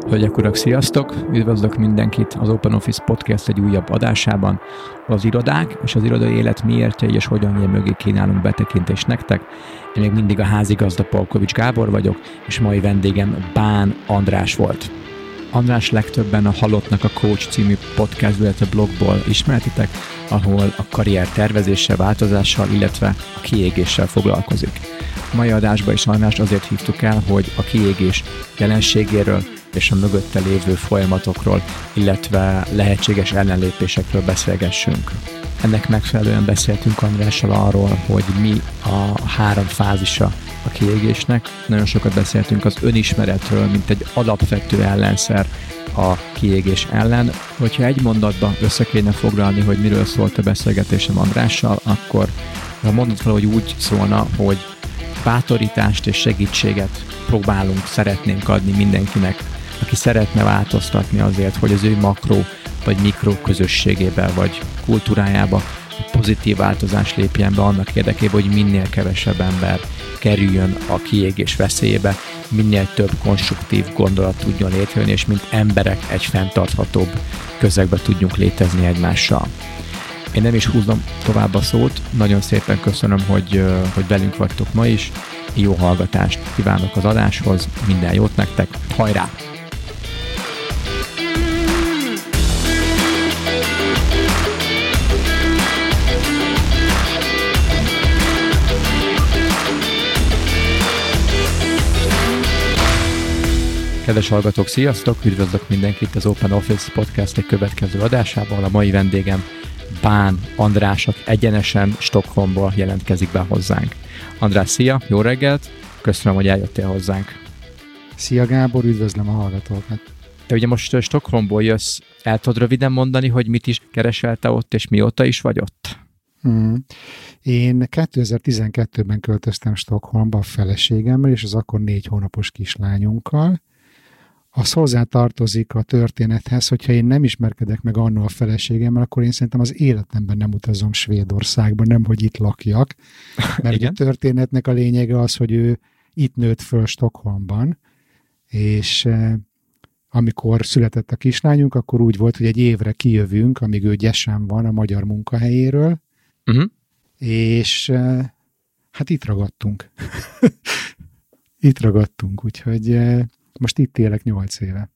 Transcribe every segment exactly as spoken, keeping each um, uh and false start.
Hölgyek, urak, sziasztok! Üdvözlök mindenkit az Open Office Podcast egy újabb adásában. Az irodák és az irodai élet miértjei és hogyan él mögé kínálunk betekintést nektek. Én még mindig a házigazda Palkovics Gábor vagyok, és mai vendégem Bán András volt. András legtöbben a Halottnak a Coach című podcast, illetve blogból ismertitek, ahol a karrier tervezéssel, változással, illetve a kiégéssel foglalkozik. A mai adásban is Andrást azért hívtuk el, hogy a kiégés jelenségéről és a mögötte lévő folyamatokról, illetve lehetséges ellenlépésekről beszélgessünk. Ennek megfelelően beszéltünk Andrással arról, hogy mi a három fázisa a kiégésnek. Nagyon sokat beszéltünk az önismeretről, mint egy alapvető ellenszer a kiégés ellen. Hogyha egy mondatba össze kéne foglalni, hogy miről szólt a beszélgetésem Andrással, akkor a mondat valahogy úgy szólna, hogy bátorítást és segítséget próbálunk, szeretnénk adni mindenkinek, aki szeretne változtatni azért, hogy az ő makró vagy mikro közösségébe vagy kultúrájába pozitív változás lépjen be annak érdekében, hogy minél kevesebb ember kerüljön a kiégés veszélyébe, minél több konstruktív gondolat tudjon létrejönni, és mint emberek egy fenntarthatóbb közegben tudjunk létezni egymással. Én nem is húzom tovább a szót, nagyon szépen köszönöm, hogy, hogy velünk vagytok ma is. Jó hallgatást kívánok az adáshoz, minden jót nektek, hajrá! Kedves hallgatók, sziasztok! Üdvözlök mindenkit az Open Office Podcast egy következő adásában. A mai vendégem Bán András, egyenesen Stockholmból jelentkezik be hozzánk. András, szia! Jó reggelt! Köszönöm, hogy eljöttél hozzánk. Szia Gábor, üdvözlöm a hallgatókat! Te ugye most Stockholmból jössz, el tudod röviden mondani, hogy mit is keresel te ott, és mióta is vagy ott? Hmm. Én kétezer-tizenkettőben költöztem Stockholmba a feleségemmel, és az akkor négy hónapos kislányunkkal. Az hozzá tartozik a történethez, hogyha én nem ismerkedek meg annól a feleségemmel, akkor én szerintem az életemben nem utazom Svédországba, nem, hogy itt lakjak. Mert ugye a történetnek a lényege az, hogy ő itt nőtt föl Stockholmban, és eh, amikor született a kislányunk, akkor úgy volt, hogy egy évre kijövünk, amíg ő gyesen van a magyar munkahelyéről, uh-huh. és eh, hát itt ragadtunk. itt ragadtunk, úgyhogy... Eh, Most itt élek nyolc éve.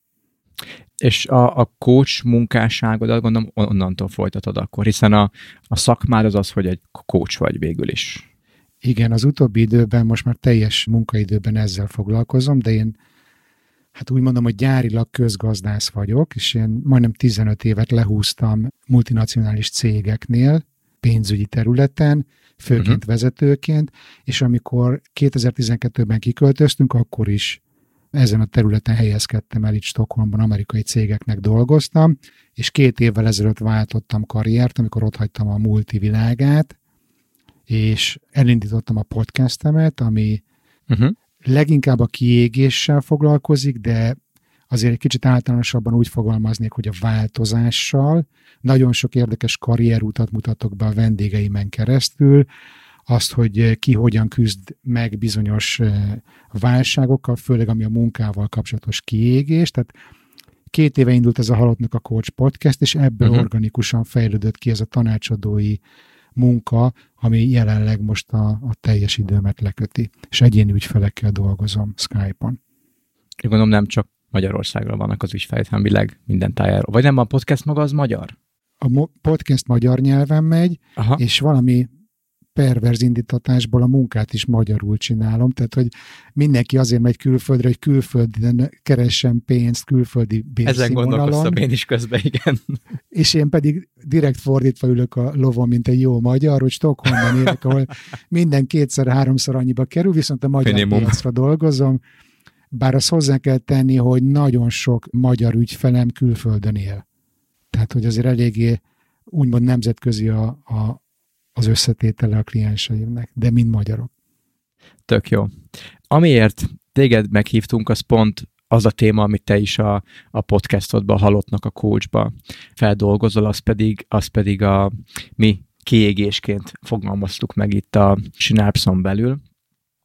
És a, a coach munkásságodat gondolom onnantól folytatod akkor, hiszen a, a szakmád az az, hogy egy coach vagy végül is. Igen, az utóbbi időben most már teljes munkaidőben ezzel foglalkozom, de én hát úgy mondom, hogy gyárilag közgazdász vagyok, és én majdnem tizenöt évet lehúztam multinacionális cégeknél, pénzügyi területen, főként uh-huh. vezetőként, és amikor kétezer-tizenkettőben kiköltöztünk, akkor is ezen a területen helyezkedtem el, itt Stockholmban amerikai cégeknek dolgoztam, és két évvel ezelőtt váltottam karriert, amikor otthagytam a multivilágát, és elindítottam a podcastemet, ami uh-huh. leginkább a kiégéssel foglalkozik, de azért egy kicsit általánosabban úgy fogalmaznék, hogy a változással. Nagyon sok érdekes karrierútat mutatok be a vendégeimen keresztül, azt, hogy ki hogyan küzd meg bizonyos válságokkal, főleg ami a munkával kapcsolatos kiégés. Tehát két éve indult ez a Halottnak a Coach podcast, és ebből uh-huh. organikusan fejlődött ki ez a tanácsadói munka, ami jelenleg most a, a teljes időmet leköti. És egyéni ügyfelekkel dolgozom Skype-on. Én gondolom nem csak Magyarországra vannak az ügyfelek, hanem világ minden tájáról. Vagy nem, a podcast maga az magyar? A mo- podcast magyar nyelven megy, Aha. és valami perverz indítatásból a munkát is magyarul csinálom, tehát hogy mindenki azért megy külföldre, hogy külföldön keressen pénzt, külföldi bérszínvonalon. Ezen gondolkoztam én is közben, igen. És én pedig direkt fordítva ülök a lovon, mint egy jó magyar, hogy Stockholmban élek, ahol minden kétszer-háromszor annyiba kerül, viszont a magyar Minimum. piacra dolgozom, bár azt hozzá kell tenni, hogy nagyon sok magyar ügyfelem külföldön él. Tehát, hogy azért eléggé úgymond nemzetközi a, a az összetétele a klienseimnek, de mind magyarok. Tök jó. Amiért téged meghívtunk, az pont az a téma, amit te is a, a podcastodban, a Halottnak a Coachba feldolgozol, az pedig, az pedig a mi kiégésként fogalmaztuk meg itt a Synapson belül.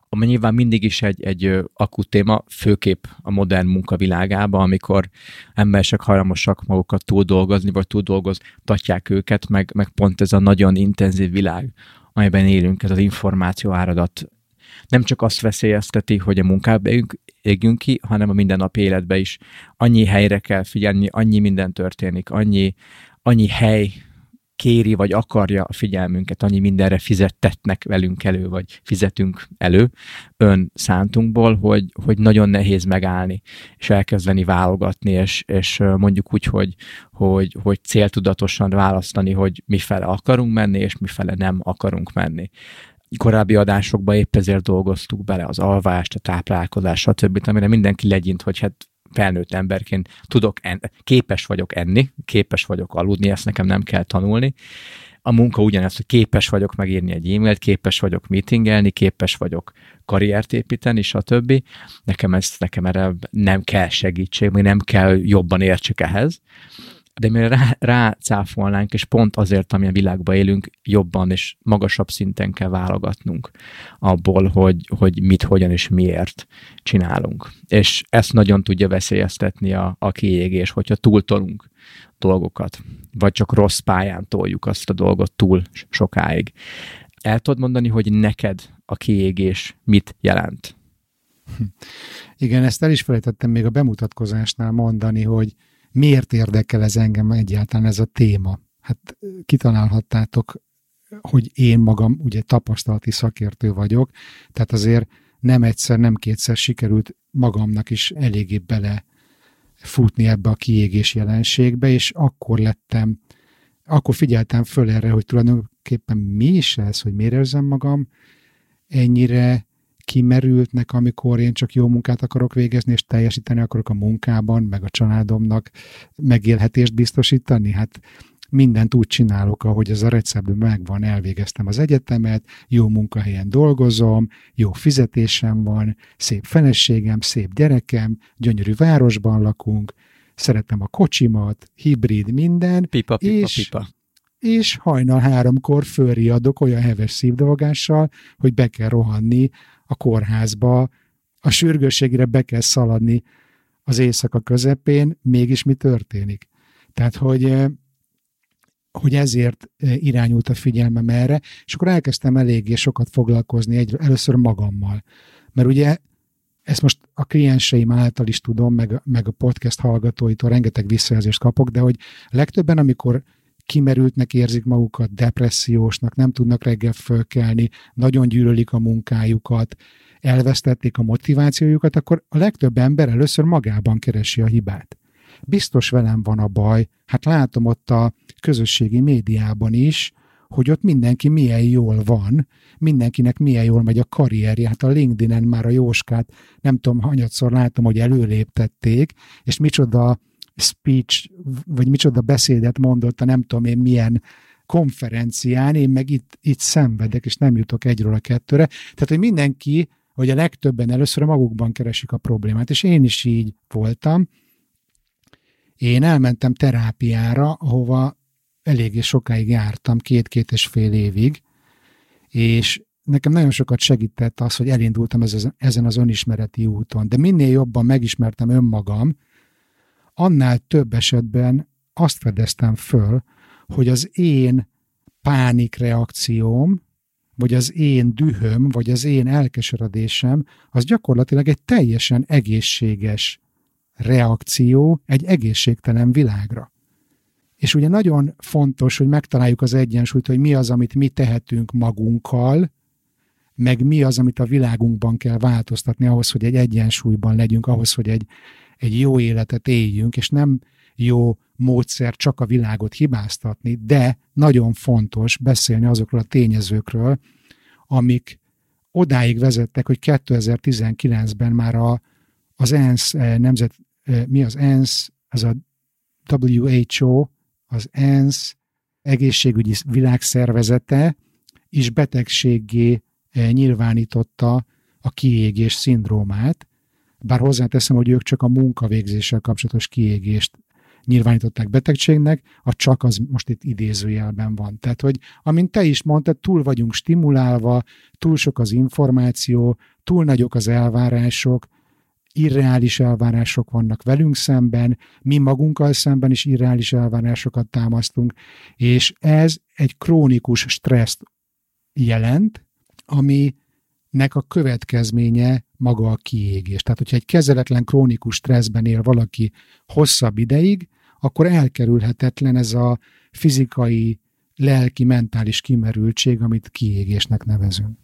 ami nyilván mindig is egy, egy akut téma, főképp a modern munkavilágában, amikor emberek hajlamosak magukat túl dolgozni, vagy túl dolgoztatják őket, meg, meg pont ez a nagyon intenzív világ, amiben élünk, ez az információ áradat nem csak azt veszélyezteti, hogy a munkába égjünk ki, hanem a mindennapi életbe is. Annyi helyre kell figyelni, annyi minden történik, annyi, annyi hely kéri, vagy akarja a figyelmünket, annyi mindenre fizettetnek velünk elő, vagy fizetünk elő ön szántunkból, hogy, hogy nagyon nehéz megállni, és elkezdeni válogatni, és, és mondjuk úgy, hogy, hogy, hogy céltudatosan választani, hogy mifele akarunk menni, és mifele nem akarunk menni. Korábbi adásokban épp ezért dolgoztuk bele az alvást, a táplálkozást, stb., amire mindenki legyint, hogy hát felnőtt emberként tudok enni, képes vagyok enni, képes vagyok aludni, ezt nekem nem kell tanulni. A munka ugyanez, hogy képes vagyok megírni egy e-mailt, képes vagyok meetingelni, képes vagyok karriert építeni, stb. Nekem, ez, nekem erre nem kell segítség, még nem kell jobban értsek ehhez. De mi rá, rácáfolnánk, és pont azért, amilyen világban élünk, jobban és magasabb szinten kell válogatnunk abból, hogy, hogy mit, hogyan és miért csinálunk. És ezt nagyon tudja veszélyeztetni a, a kiégés, hogyha túltolunk dolgokat, vagy csak rossz pályán toljuk azt a dolgot túl sokáig. El tudod mondani, hogy neked a kiégés mit jelent? Igen, ezt el is felejtettem még a bemutatkozásnál mondani, hogy miért érdekel ez engem egyáltalán ez a téma? Hát kitalálhattátok, hogy én magam ugye tapasztalati szakértő vagyok, tehát azért nem egyszer, nem kétszer sikerült magamnak is eléggé bele futni ebbe a kiégés jelenségbe, és akkor lettem, akkor figyeltem föl erre, hogy tulajdonképpen mi is ez, hogy miért érzem magam ennyire kimerültnek, amikor én csak jó munkát akarok végezni, és teljesíteni akarok a munkában, meg a családomnak megélhetést biztosítani. Hát mindent úgy csinálok, ahogy ez a receptben megvan, elvégeztem az egyetemet, jó munkahelyen dolgozom, jó fizetésem van, szép feleségem, szép gyerekem, gyönyörű városban lakunk, szeretem a kocsimat, hibrid minden, pipa, pipa, és, pipa. és hajnal háromkor fölriadok olyan heves szívdobogással, hogy be kell rohanni a kórházba, a sürgősségre be kell szaladni az éjszaka közepén, mégis mi történik? Tehát, hogy, hogy ezért irányult a figyelmem erre, és akkor elkezdtem eléggé sokat foglalkozni egy, először magammal. Mert ugye ezt most a klienseim által is tudom, meg, meg a podcast hallgatóitól rengeteg visszajelzést kapok, de hogy legtöbben, amikor kimerültnek érzik magukat, depressziósnak, nem tudnak reggel fölkelni, nagyon gyűlölik a munkájukat, elvesztették a motivációjukat, akkor a legtöbb ember először magában keresi a hibát. Biztos velem van a baj, hát látom ott a közösségi médiában is, hogy ott mindenki milyen jól van, mindenkinek milyen jól megy a karrierje, hát a LinkedIn-en már a Jóskát nem tudom, hanyatszor látom, hogy előléptették, és micsoda speech, vagy micsoda beszédet mondott a nem tudom én milyen konferencián, én meg itt, itt szenvedek, és nem jutok egyről a kettőre. Tehát, hogy mindenki, hogy a legtöbben először magukban keresik a problémát, és én is így voltam. Én elmentem terápiára, ahova eléggé sokáig jártam, két-két és fél évig, és nekem nagyon sokat segített az, hogy elindultam ezen az önismereti úton. De minél jobban megismertem önmagam, annál több esetben azt fedeztem föl, hogy az én pánikreakcióm, vagy az én dühöm, vagy az én elkeseredésem, az gyakorlatilag egy teljesen egészséges reakció egy egészségtelen világra. És ugye nagyon fontos, hogy megtaláljuk az egyensúlyt, hogy mi az, amit mi tehetünk magunkkal, meg mi az, amit a világunkban kell változtatni ahhoz, hogy egy egyensúlyban legyünk, ahhoz, hogy egy, egy jó életet éljünk, és nem jó módszer csak a világot hibáztatni, de nagyon fontos beszélni azokról a tényezőkről, amik odáig vezettek, hogy kétezer-tizenkilencben már a, az ENSZ nemzet, mi az ENSZ, az a dupla vé há o, az ENSZ egészségügyi világszervezete is betegséggé nyilvánította a kiégés szindrómát, bár hozzáteszem, hogy ők csak a munkavégzéssel kapcsolatos kiégést nyilvánították betegségnek, a csak az most itt idézőjelben van. Tehát, hogy amint te is mondtad, túl vagyunk stimulálva, túl sok az információ, túl nagyok az elvárások, irreális elvárások vannak velünk szemben, mi magunkkal szemben is irreális elvárásokat támasztunk, és ez egy krónikus stresszt jelent, aminek a következménye maga a kiégés. Tehát, hogyha egy kezeletlen krónikus stresszben él valaki hosszabb ideig, akkor elkerülhetetlen ez a fizikai, lelki, mentális kimerültség, amit kiégésnek nevezünk.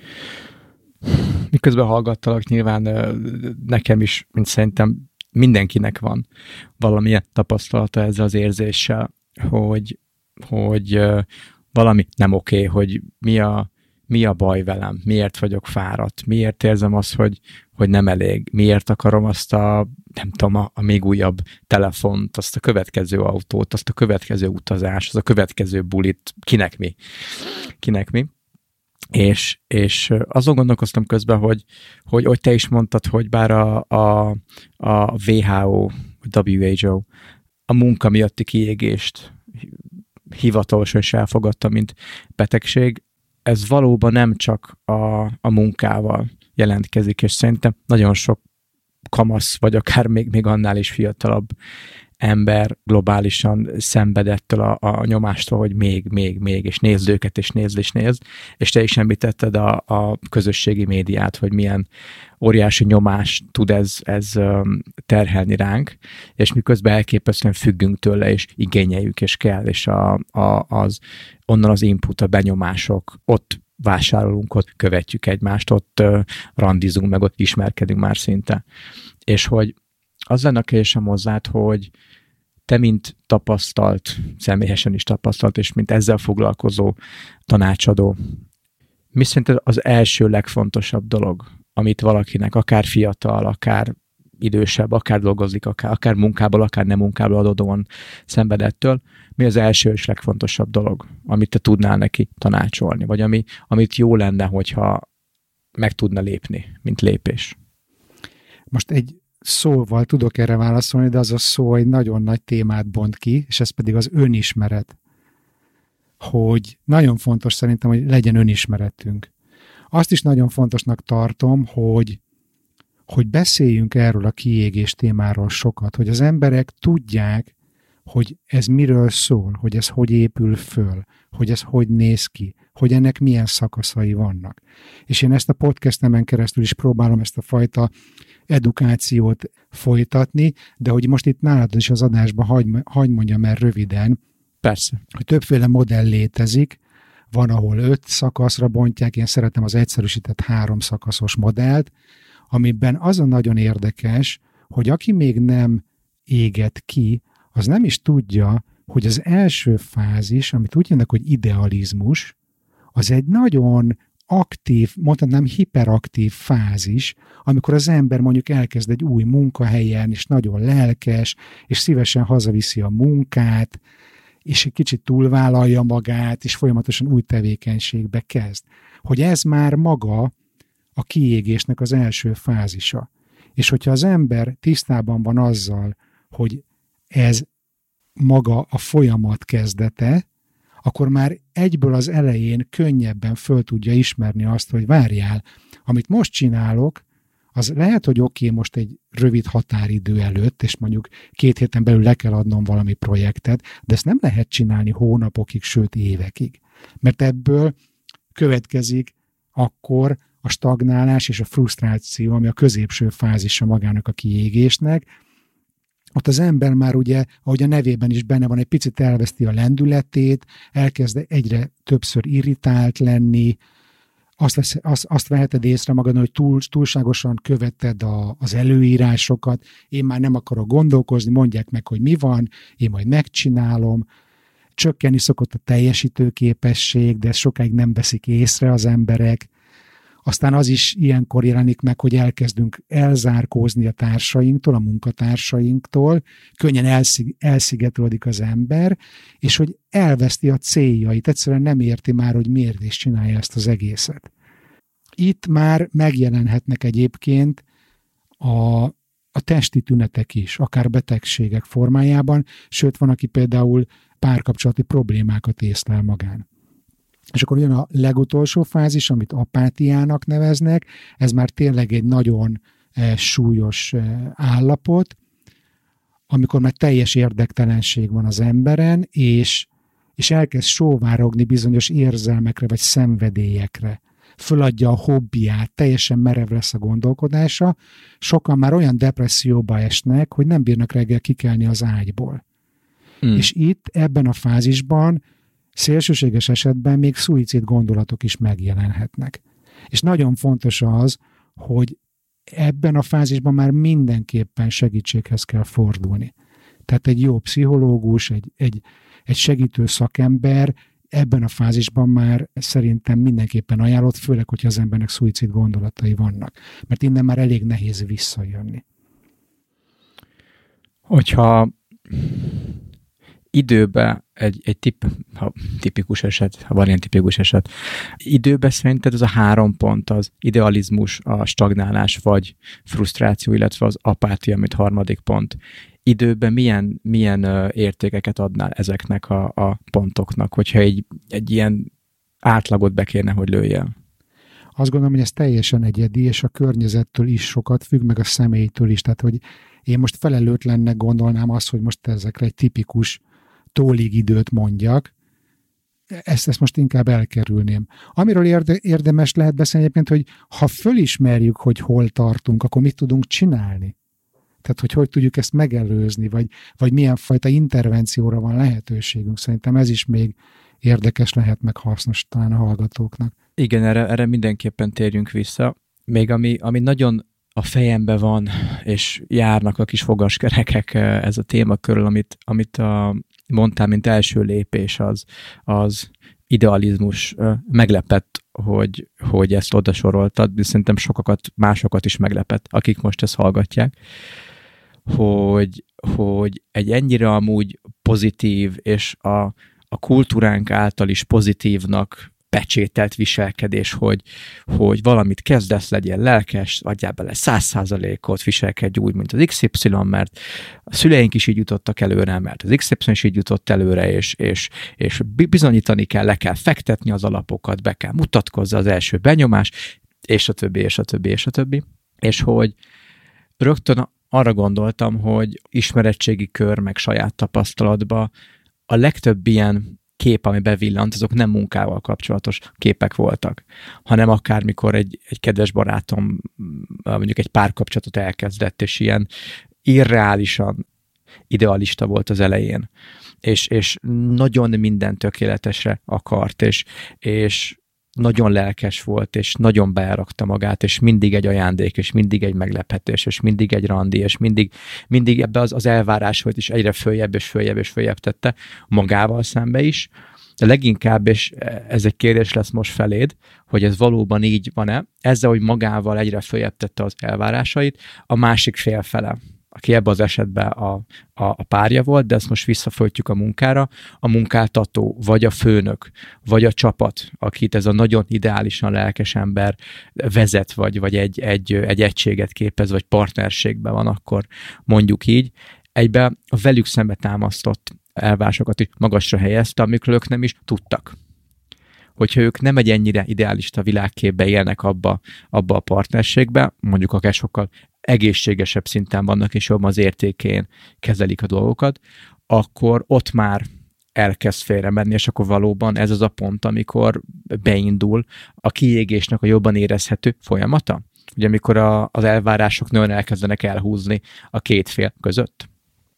Miközben hallgattalak, nyilván nekem is, mint szerintem mindenkinek van valamilyen tapasztalata ezzel az érzéssel, hogy, hogy valami nem oké, hogy mi a, mi a baj velem, miért vagyok fáradt, miért érzem azt, hogy, hogy nem elég, miért akarom azt a, nem tudom, a, a még újabb telefont, azt a következő autót, azt a következő utazást, az a következő bulit, kinek mi, kinek mi. És, és azon gondolkoztam közben, hogy, hogy, hogy te is mondtad, hogy bár a, a, a dupla vé há ó, dupla vé há ó a munka miatti kiégést hivatalosan is elfogadta, mint betegség, ez valóban nem csak a, a munkával jelentkezik, és szerintem nagyon sok kamasz, vagy akár még, még annál is fiatalabb ember globálisan szenvedettől a, a nyomástól, hogy még, még, még, és nézd őket, és nézd, és nézd. És te is említetted a, a közösségi médiát, hogy milyen óriási nyomást tud ez, ez terhelni ránk, és miközben elképesztően függünk tőle, és igényeljük, és kell, és a, a, az, onnan az input, a benyomások, ott vásárolunk, ott követjük egymást, ott uh, randizunk, meg ott ismerkedünk már szinte. És hogy az lenne a kérdésem hozzád, hogy te, mint tapasztalt, személyesen is tapasztalt, és mint ezzel foglalkozó tanácsadó, mi szerinted az első legfontosabb dolog, amit valakinek, akár fiatal, akár idősebb, akár dolgozik, akár, akár munkából, akár nem munkából adódóan szenvedettől, mi az első és legfontosabb dolog, amit te tudnál neki tanácsolni, vagy ami, amit jó lenne, hogyha meg tudna lépni, mint lépés? Most egy szóval tudok erre válaszolni, de az a szó egy nagyon nagy témát bont ki, és ez pedig az önismeret. Hogy nagyon fontos szerintem, hogy legyen önismeretünk. Azt is nagyon fontosnak tartom, hogy, hogy beszéljünk erről a kiégés témáról sokat, hogy az emberek tudják, hogy ez miről szól, hogy ez hogy épül föl, hogy ez hogy néz ki, hogy ennek milyen szakaszai vannak. És én ezt a podcastemen keresztül is próbálom ezt a fajta edukációt folytatni, de hogy most itt nálad is az adásban hagy, hagy mondjam el röviden, persze, hogy többféle modell létezik, van, ahol öt szakaszra bontják, én szeretem az egyszerűsített három szakaszos modellt, amiben az a nagyon érdekes, hogy aki még nem éget ki, az nem is tudja, hogy az első fázis, amit úgy hívnak, hogy idealizmus, az egy nagyon aktív, mondhatnám hiperaktív fázis, amikor az ember mondjuk elkezd egy új munkahelyen, és nagyon lelkes, és szívesen hazaviszi a munkát, és egy kicsit túlvállalja magát, és folyamatosan új tevékenységbe kezd. Hogy ez már maga a kiégésnek az első fázisa. És hogyha az ember tisztában van azzal, hogy ez maga a folyamat kezdete, akkor már egyből az elején könnyebben föl tudja ismerni azt, hogy várjál, amit most csinálok, az lehet, hogy oké, okay, most egy rövid határidő előtt, és mondjuk két héten belül le kell adnom valami projektet, de ezt nem lehet csinálni hónapokig, sőt évekig. Mert ebből következik akkor a stagnálás és a frusztráció, ami a középső fázisa magának a kiégésnek. Ott az ember már ugye, ahogy a nevében is benne van, egy picit elveszti a lendületét, elkezd egyre többször irritált lenni, azt, vesz, azt, azt veheted észre magadon, hogy túl, túlságosan követed a, az előírásokat, én már nem akarok gondolkozni, mondják meg, hogy mi van, én majd megcsinálom, csökkenni szokott a teljesítőképesség, de ezt sokáig nem veszik észre az emberek. Aztán az is ilyenkor jelenik meg, hogy elkezdünk elzárkózni a társainktól, a munkatársainktól, könnyen elszig, elszigetelődik az ember, és hogy elveszti a céljait, egyszerűen nem érti már, hogy miért is csinálja ezt az egészet. Itt már megjelenhetnek egyébként a, a testi tünetek is, akár betegségek formájában, sőt van, aki például párkapcsolati problémákat észlel magán. És akkor jön a legutolsó fázis, amit apátiának neveznek, ez már tényleg egy nagyon eh, súlyos eh, állapot, amikor már teljes érdektelenség van az emberen, és, és elkezd sóvárogni bizonyos érzelmekre vagy szenvedélyekre. Föladja a hobbiát, teljesen merev lesz a gondolkodása, sokan már olyan depresszióba esnek, hogy nem bírnak reggel kikelni az ágyból. Mm. És itt, ebben a fázisban szélsőséges esetben még szuicid gondolatok is megjelenhetnek. És nagyon fontos az, hogy ebben a fázisban már mindenképpen segítséghez kell fordulni. Tehát egy jó pszichológus, egy, egy, egy segítő szakember ebben a fázisban már szerintem mindenképpen ajánlott, főleg, hogyha az embernek szuicid gondolatai vannak. Mert innen már elég nehéz visszajönni. Hogyha időben egy, egy tip, ha tipikus eset, ha van ilyen tipikus eset, időben szerinted ez a három pont, az idealizmus, a stagnálás vagy frusztráció, illetve az apátia, mint harmadik pont. Időben milyen, milyen értékeket adnál ezeknek a, a pontoknak, hogyha egy, egy ilyen átlagot be kéne, hogy lőjél? Azt gondolom, hogy ez teljesen egyedi, és a környezettől is sokat függ, meg a személytől is. Tehát, hogy én most felelőtlennek gondolnám azt, hogy most ezekre egy tipikus tólig időt mondjak, ezt, ezt most inkább elkerülném. Amiről érde, érdemes lehet beszélni egyébként, hogy ha fölismerjük, hogy hol tartunk, akkor mit tudunk csinálni? Tehát, hogy hogy tudjuk ezt megelőzni, vagy, vagy milyen fajta intervencióra van lehetőségünk. Szerintem ez is még érdekes lehet, meg hasznos talán a hallgatóknak. Igen, erre, erre mindenképpen térjünk vissza. Még ami, ami nagyon a fejemben van, és járnak a kis fogaskerekek ez a téma körül, amit, amit a, mondtál, mint első lépés, az, az idealizmus. Meglepett, hogy, hogy ezt oda soroltad, de szerintem sokakat, másokat is meglepett, akik most ezt hallgatják, hogy, hogy egy ennyire amúgy pozitív, és a, a kultúránk által is pozitívnak pecsételt viselkedés, hogy, hogy valamit kezdesz, legyél lelkes, adjál bele száz százalékot, viselkedj úgy, mint az iksz ipszilon, mert a szüleink is így jutottak előre, mert az iksz ipszilon is így jutott előre, és, és, és bizonyítani kell, le kell fektetni az alapokat, be kell mutatkozza az első benyomás, és a többi, és a többi, és a többi. És hogy rögtön arra gondoltam, hogy ismeretségi kör, meg saját tapasztalatba a legtöbb ilyen kép, ami bevillant, azok nem munkával kapcsolatos képek voltak, hanem akár mikor egy, egy kedves barátom mondjuk egy párkapcsolatot elkezdett, és ilyen irreálisan idealista volt az elején, és, és nagyon minden tökéletesre akart, és, és nagyon lelkes volt, és nagyon beelrakta magát, és mindig egy ajándék, és mindig egy meglepetés, és mindig egy randi, és mindig, mindig ebbe az, az elvárás volt, és egyre följebb, és följebb, és följebb tette magával szembe is. De leginkább, és ez egy kérdés lesz most feléd, hogy ez valóban így van-e, ezzel, hogy magával egyre följebb tette az elvárásait, a másik fél fele, aki ebben az esetben a, a, a párja volt, de ezt most visszaföltjük a munkára, a munkáltató, vagy a főnök, vagy a csapat, akit ez a nagyon ideálisan lelkes ember vezet, vagy, vagy egy, egy, egy egységet képez, vagy partnerségben van, akkor mondjuk így, egyben a velük szembe támasztott elvárásokat is magasra helyezte, amikről ők nem is tudtak. Hogyha ők nem egy ennyire idealista világképbe élnek abba, abba a partnerségbe, mondjuk akár sokkal egészségesebb szinten vannak, és jobban az értékén kezelik a dolgokat, akkor ott már elkezd félre menni, és akkor valóban ez az a pont, amikor beindul a kiégésnek a jobban érezhető folyamata. Ugye amikor a, az elvárások nagyon elkezdenek elhúzni a két fél között.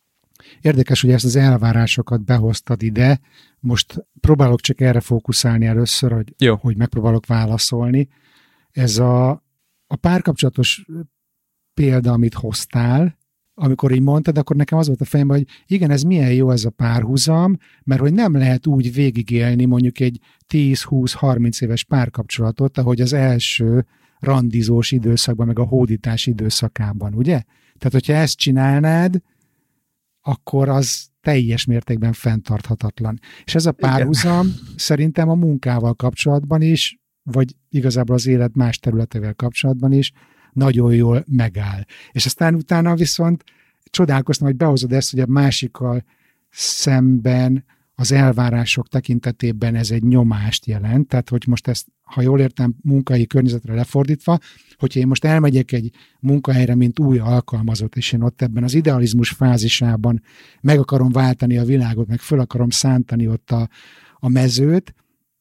Érdekes, hogy ezt az elvárásokat behoztad ide. Most próbálok csak erre fókuszálni először, hogy, hogy megpróbálok válaszolni. Ez a, a párkapcsolatos példa, amit hoztál, amikor így mondtad, akkor nekem az volt a fejemben, hogy igen, ez milyen jó ez a párhuzam, mert hogy nem lehet úgy végigélni mondjuk egy tíz-húsz-harminc éves párkapcsolatot, ahogy az első randizós időszakban, meg a hódítás időszakában, ugye? Tehát, hogyha ezt csinálnád, akkor az teljes mértékben fenntarthatatlan. És ez a párhuzam igen. Szerintem a munkával kapcsolatban is, vagy igazából az élet más területével kapcsolatban is nagyon jól megáll. És aztán utána viszont csodálkoztam, hogy behozod ezt, hogy a másikkal szemben az elvárások tekintetében ez egy nyomást jelent, tehát hogy most ezt, ha jól értem, munkai környezetre lefordítva, hogyha én most elmegyek egy munkahelyre, mint új alkalmazott, és én ott ebben az idealizmus fázisában meg akarom váltani a világot, meg föl akarom szántani ott a, a mezőt,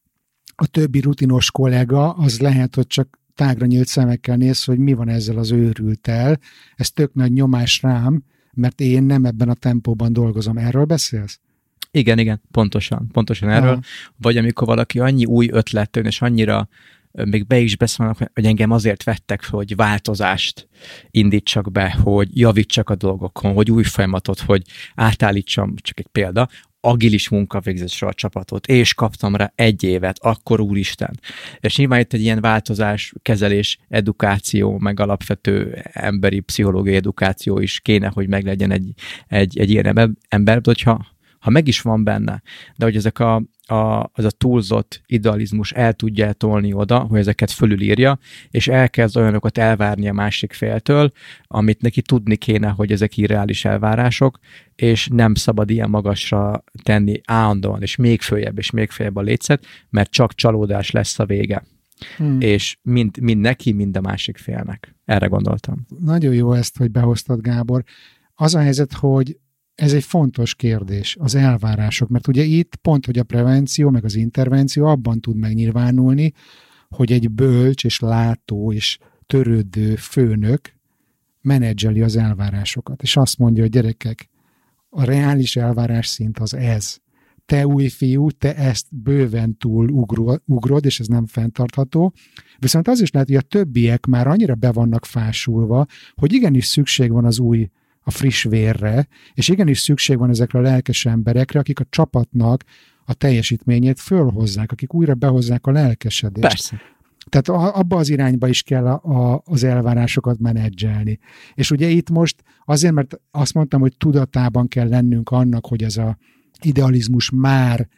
a többi rutinos kollega, az lehet, hogy csak tágra nyílt szemekkel néz, hogy mi van ezzel az őrülttel, ez tök nagy nyomás rám, mert én nem ebben a tempóban dolgozom. Erről beszélsz? Igen, igen, pontosan, pontosan erről. Aha. Vagy amikor valaki annyi új ötlet jön, és annyira még be is beszélnek, hogy engem azért vettek, hogy változást indítsak be, hogy javítsak a dolgokon, hogy új folyamatot, hogy átállítsam, csak egy példa, agilis munkavégzésre a csapatot, és kaptam rá egy évet, akkor úristen. És nyilván itt egy ilyen változás, kezelés, edukáció, meg alapvető emberi pszichológiai edukáció is kéne, hogy meglegyen egy, egy, egy ilyen ember, de hogyha ha meg is van benne, de hogy ezek a, a, az a túlzott idealizmus el tudja tolni oda, hogy ezeket fölülírja, és elkezd olyanokat elvárni a másik féltől, amit neki tudni kéne, hogy ezek irreális elvárások, és nem szabad ilyen magasra tenni állandóan, és még följebb, és még följebb a lécet, mert csak csalódás lesz a vége. Hmm. És mind, mind neki, mind a másik félnek. Erre gondoltam. Nagyon jó ezt, hogy behoztad, Gábor. Az a helyzet, hogy ez egy fontos kérdés, az elvárások, mert ugye itt pont, hogy a prevenció, meg az intervenció abban tud megnyilvánulni, hogy egy bölcs és látó és törődő főnök menedzseli az elvárásokat, és azt mondja, hogy gyerekek, a reális elvárás szint az ez. Te új fiú, te ezt bőven túl ugrod, és ez nem fenntartható. Viszont az is lehet, hogy a többiek már annyira be vannak fásulva, hogy igenis szükség van az új, a friss vérre, és igenis szükség van ezekre a lelkes emberekre, akik a csapatnak a teljesítményét fölhozzák, akik újra behozzák a lelkesedést. Persze. Tehát abba az irányba is kell a, a, az elvárásokat menedzselni. És ugye itt most azért, mert azt mondtam, hogy tudatában kell lennünk annak, hogy ez az idealizmus már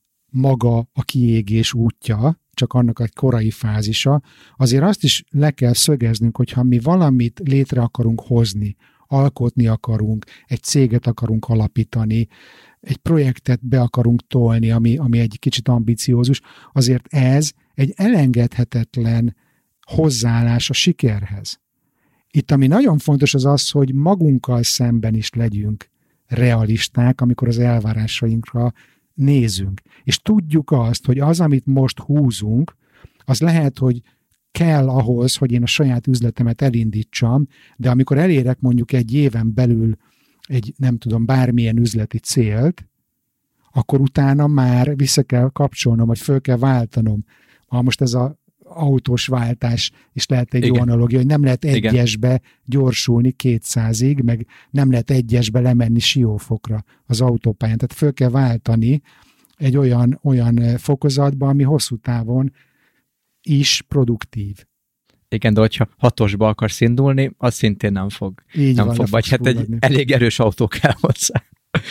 maga a kiégés útja, csak annak egy korai fázisa, azért azt is le kell szögeznünk, hogyha mi valamit létre akarunk hozni, alkotni akarunk, egy céget akarunk alapítani, egy projektet be akarunk tolni, ami, ami egy kicsit ambiciózus, azért ez egy elengedhetetlen hozzáállás a sikerhez. Itt ami nagyon fontos az az, hogy magunkkal szemben is legyünk realisták, amikor az elvárásainkra nézünk. És tudjuk azt, hogy az, amit most húzunk, az lehet, hogy kell ahhoz, hogy én a saját üzletemet elindítsam, de amikor elérek mondjuk egy éven belül egy, nem tudom, bármilyen üzleti célt, akkor utána már vissza kell kapcsolnom, vagy föl kell váltanom. Ha most ez az autós váltás is lehet egy Igen. jó analogia, hogy nem lehet egyesbe Igen. gyorsulni kétszázig, meg nem lehet egyesbe lemenni Siófokra az autópályán. Tehát föl kell váltani egy olyan, olyan fokozatba, ami hosszú távon is produktív. Igen, de hogyha hatosba akarsz indulni, az szintén nem fog. Így nem van, fog. Vagy hát egy elég erős autó kell hozzá.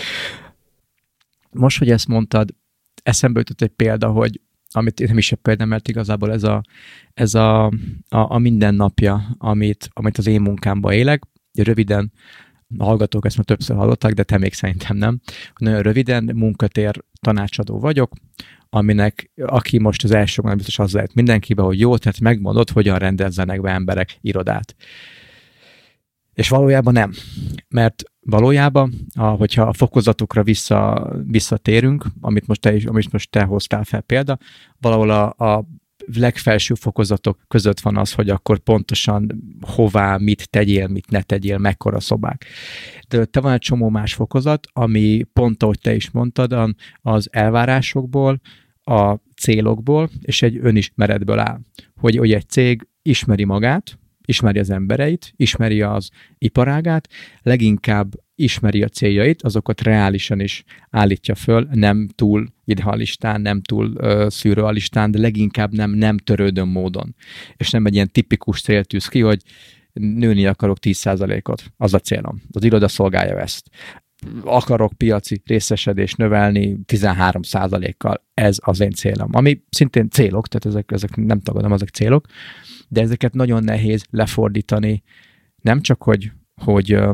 Most, hogy ezt mondtad, eszembe jutott egy példa, hogy amit nem is egy példa, mert igazából ez a, ez a, a, a mindennapja, amit, amit az én munkámban élek. Röviden, a hallgatók ezt már többször hallották, de te még szerintem nem. Nagyon röviden munkatér tanácsadó vagyok, aminek, aki most az első nem biztos az lehet mindenkibe, hogy jó, tehát megmondod, hogyan rendezzenek be emberek irodát. És valójában nem. Mert valójában, a, hogyha a fokozatokra vissza, visszatérünk, amit most, te is, amit most te hoztál fel példa, valahol a, a legfelső fokozatok között van az, hogy akkor pontosan hová, mit tegyél, mit ne tegyél, mekkora szobák. De te van egy csomó más fokozat, ami pont ahogy te is mondtad, az elvárásokból, a célokból és egy önismeretből áll. Hogy, hogy egy cég ismeri magát, ismeri az embereit, ismeri az iparágát, leginkább ismeri a céljait, azokat reálisan is állítja föl, nem túl idealistán, nem túl uh, szürrealistán, de leginkább nem, nem törődő módon. És nem egy ilyen tipikus cél tűz ki, hogy nőni akarok tíz százalékot. Az a célom. Az iroda szolgálja ezt. akarok piaci részesedést növelni tizenhárom százalékkal, ez az én célom. Ami szintén célok, tehát ezek, ezek nem tagadom, ezek célok, de ezeket nagyon nehéz lefordítani, nem csak, hogy, hogy uh,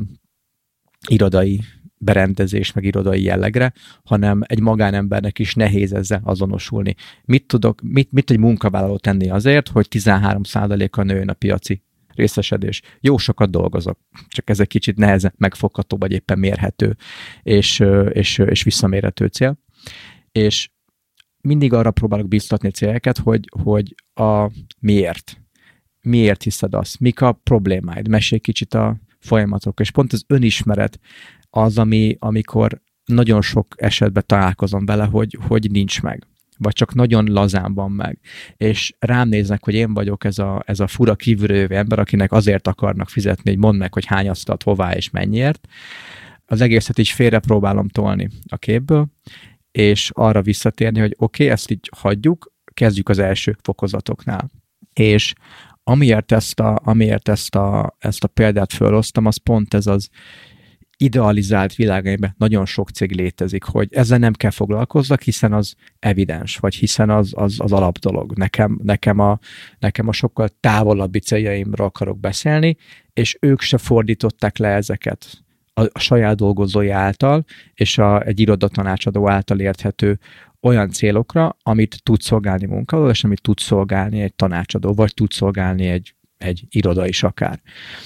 irodai berendezés, meg irodai jellegre, hanem egy magánembernek is nehéz ezzel azonosulni. Mit tudok, mit, mit egy munkavállaló tenni azért, hogy tizenhárom százalékkal nőjön a piaci részesedés? Jó sokat dolgozok, csak ez egy kicsit nehezen megfogható, vagy éppen mérhető, és, és, és visszamérhető cél. És mindig arra próbálok bíztatni céleket, hogy, hogy a miért. Miért hiszed azt? Mik a problémáid? Mesélj kicsit a folyamatokról. És pont az önismeret az, ami, amikor nagyon sok esetben találkozom vele, hogy, hogy nincs meg, vagy csak nagyon lazán van meg. És rám néznek, hogy én vagyok ez a, ez a fura kívülről jövő ember, akinek azért akarnak fizetni, hogy mondd meg, hogy hány asztalt, hová és mennyiért. Az egészet így félre próbálom tolni a képből, és arra visszatérni, hogy oké, okay, ezt így hagyjuk, kezdjük az első fokozatoknál. És amiért ezt a, amiért ezt a, ezt a példát fölhoztam, az pont ez az idealizált világaiban nagyon sok cég létezik, hogy ezzel nem kell foglalkozzak, hiszen az evidens, vagy hiszen az, az, az alapdolog. Nekem, nekem, a, nekem a sokkal távolabbi céljaimról akarok beszélni, és ők se fordították le ezeket a, a saját dolgozói által, és a, egy irodatanácsadó által érthető olyan célokra, amit tud szolgálni munkavállaló, és amit tud szolgálni egy tanácsadó, vagy tud szolgálni egy, egy iroda is akár.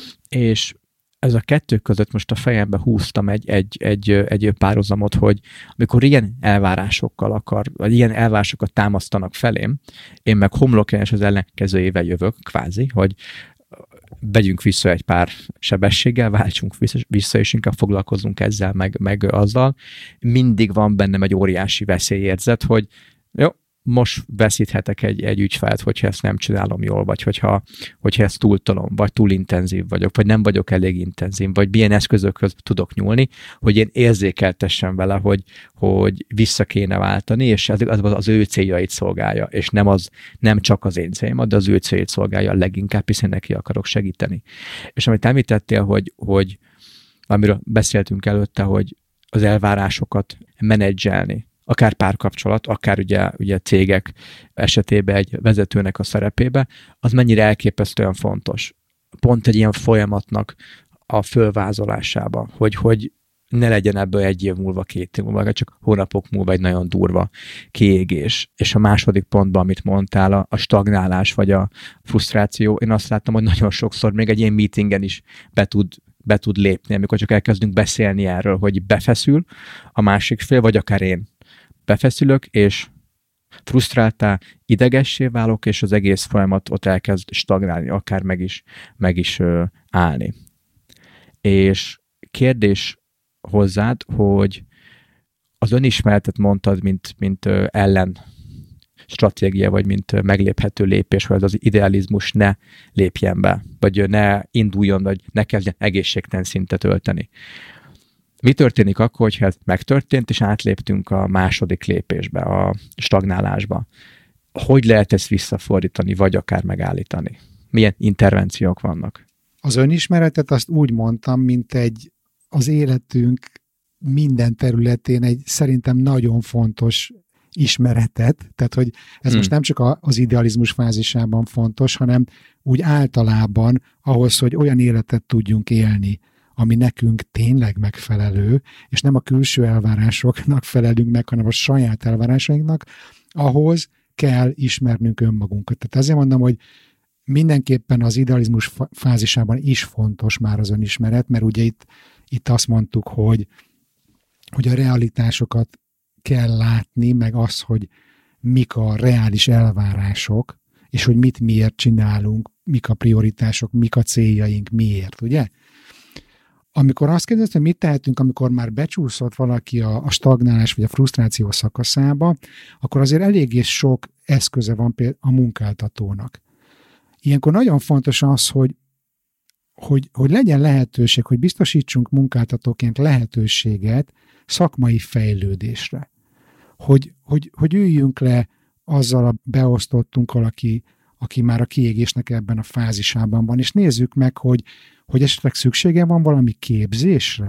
És ez a kettő között most a fejembe húztam egy, egy, egy, egy párhuzamot, hogy amikor ilyen elvárásokkal akar, vagy ilyen elvárásokat támasztanak felém, én meg homlokegyenes az ellenkezőjével jövök, kvázi, hogy vegyünk vissza egy pár sebességgel, váltsunk vissza, és inkább foglalkozunk ezzel, meg, meg azzal. Mindig van bennem egy óriási veszélyérzet, hogy jó, most veszíthetek egy, egy ügyfelet, hogyha ezt nem csinálom jól, vagy hogyha, hogyha ezt túltolom, vagy túl intenzív vagyok, vagy nem vagyok elég intenzív, vagy milyen eszközökhöz tudok nyúlni, hogy én érzékeltessem vele, hogy, hogy vissza kéne váltani, és ez az, az ő céljait szolgálja, és nem, az, nem csak az én céljamat, de az ő céljait szolgálja leginkább, hiszen neki akarok segíteni. És amit említettél, hogy, hogy amiről beszéltünk előtte, hogy az elvárásokat menedzselni, akár párkapcsolat, akár ugye, ugye cégek esetében egy vezetőnek a szerepébe, az mennyire elképesztően fontos. Pont egy ilyen folyamatnak a fölvázolásába, hogy, hogy ne legyen ebből egy év múlva, két év múlva, csak hónapok múlva egy nagyon durva kiégés. És a második pontban, amit mondtál, a, a stagnálás vagy a frusztráció, én azt láttam, hogy nagyon sokszor még egy ilyen meetingen is be tud be tud lépni, amikor csak elkezdünk beszélni erről, hogy befeszül a másik fél, vagy akár én befeszülök, és frusztráltá, idegessé válok, és az egész folyamat ott elkezd stagnálni, akár meg is, meg is ö, állni. És kérdés hozzád, hogy az önismeretet mondtad, mint, mint ö, ellen stratégia, vagy mint megléphető lépés, hogy az idealizmus ne lépjen be, vagy ne induljon, vagy ne kezdjen egészségtelen szintet ölteni. Mi történik akkor, hogyha ez megtörtént, és átléptünk a második lépésbe, a stagnálásba? Hogy lehet ezt visszafordítani, vagy akár megállítani? Milyen intervenciók vannak? Az önismeretet azt úgy mondtam, mint egy az életünk minden területén egy szerintem nagyon fontos ismeretet, tehát hogy ez hmm. most nem csak az idealizmus fázisában fontos, hanem úgy általában ahhoz, hogy olyan életet tudjunk élni, ami nekünk tényleg megfelelő, és nem a külső elvárásoknak felelünk meg, hanem a saját elvárásainknak, ahhoz kell ismernünk önmagunkat. Tehát ezért mondom, hogy mindenképpen az idealizmus fázisában is fontos már az önismeret, mert ugye itt, itt azt mondtuk, hogy, hogy a realitásokat kell látni, meg az, hogy mik a reális elvárások, és hogy mit miért csinálunk, mik a prioritások, mik a céljaink, miért, ugye? Amikor azt kérdezte, hogy mit tehetünk, amikor már becsúszott valaki a, a stagnálás vagy a frusztráció szakaszába, akkor azért eléggé sok eszköze van például a munkáltatónak. Ilyenkor nagyon fontos az, hogy, hogy, hogy legyen lehetőség, hogy biztosítsunk munkáltatóként lehetőséget szakmai fejlődésre. Hogy, hogy, hogy üljünk le azzal a beosztottunkkal, aki, aki már a kiégésnek ebben a fázisában van, és nézzük meg, hogy, hogy esetleg szüksége van valami képzésre,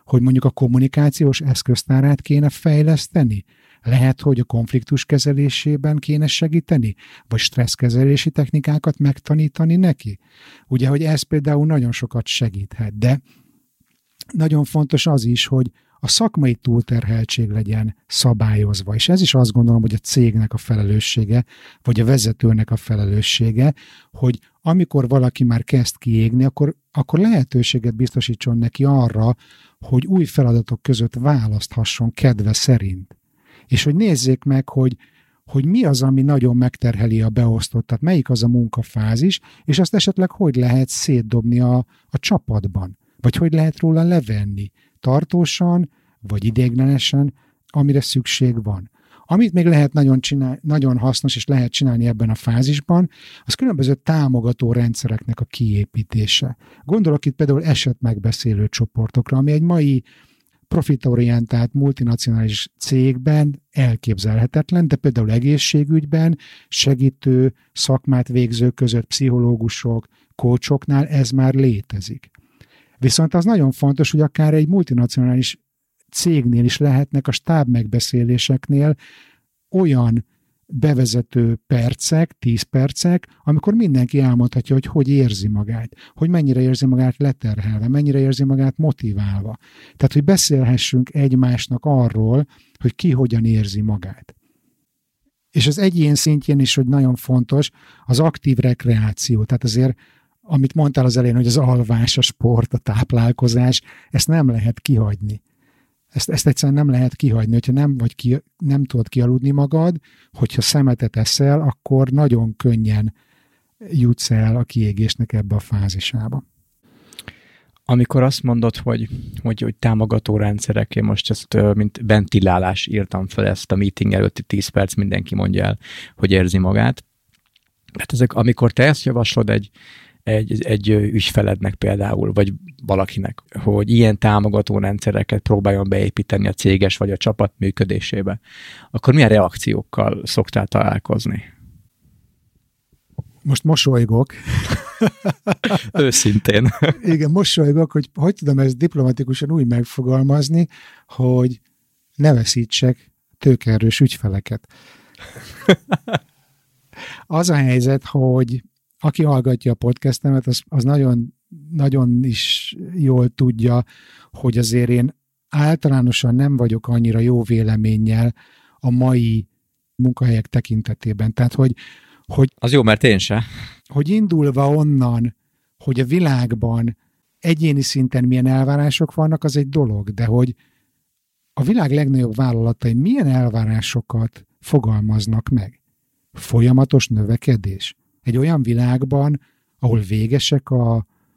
hogy mondjuk a kommunikációs eszköztárát kéne fejleszteni? Lehet, hogy a konfliktus kezelésében kéne segíteni? Vagy stresszkezelési technikákat megtanítani neki? Ugye, hogy ez például nagyon sokat segíthet, de nagyon fontos az is, hogy a szakmai túlterheltség legyen szabályozva, és ez is azt gondolom, hogy a cégnek a felelőssége, vagy a vezetőnek a felelőssége, hogy amikor valaki már kezd kiégni, akkor, akkor lehetőséget biztosítson neki arra, hogy új feladatok között választhasson kedve szerint. És hogy nézzék meg, hogy, hogy mi az, ami nagyon megterheli a beosztottat, melyik az a munkafázis, és azt esetleg hogy lehet szétdobni a, a csapatban, vagy hogy lehet róla levenni tartósan, vagy ideiglenesen, amire szükség van. Amit még lehet nagyon, csinál, nagyon hasznos, és lehet csinálni ebben a fázisban, az különböző támogató rendszereknek a kiépítése. Gondolok itt például esetmegbeszélő csoportokra, ami egy mai profitorientált multinacionális cégben elképzelhetetlen, de például egészségügyben segítő szakmát végző között pszichológusok, coachoknál ez már létezik. Viszont az nagyon fontos, hogy akár egy multinacionális cégnél is lehetnek a stáb megbeszéléseknél olyan bevezető percek, tíz percek, amikor mindenki elmondhatja, hogy hogy érzi magát, hogy mennyire érzi magát leterhelve, mennyire érzi magát motiválva. Tehát, hogy beszélhessünk egymásnak arról, hogy ki hogyan érzi magát. És az egyén szintjén is, hogy nagyon fontos, az aktív rekreáció. Tehát azért, amit mondtál az elején, hogy az alvás, a sport, a táplálkozás, ezt nem lehet kihagyni. Ezt, ezt egyszerűen nem lehet kihagyni, hogyha nem, vagy ki, nem tudod kialudni magad, hogyha szemetet eszel, akkor nagyon könnyen jutsz el a kiégésnek ebbe a fázisába. Amikor azt mondod, hogy, hogy, hogy támogató rendszerek, én most ezt mint ventilálás írtam fel ezt a meeting előtti tíz perc, mindenki mondja el, hogy érzi magát. Hát ezek, amikor te ezt javaslod egy Egy, egy ügyfelednek például, vagy valakinek, hogy ilyen támogató rendszereket próbáljon beépíteni a céges vagy a csapat működésébe, akkor milyen reakciókkal szoktál találkozni? Most mosolygok. Őszintén. Igen, mosolygok, hogy hogy tudom ezt diplomatikusan úgy megfogalmazni, hogy ne veszítsek tőkeerős ügyfeleket. Az a helyzet, hogy aki hallgatja a podcastemet, az, az nagyon, nagyon is jól tudja, hogy azért én általánosan nem vagyok annyira jó véleménnyel a mai munkahelyek tekintetében. Tehát, hogy, hogy az jó, mert én se. Hogy indulva onnan, hogy a világban egyéni szinten milyen elvárások vannak, az egy dolog, de hogy a világ legnagyobb vállalatai milyen elvárásokat fogalmaznak meg? Folyamatos növekedés. Egy olyan világban, ahol végesek a,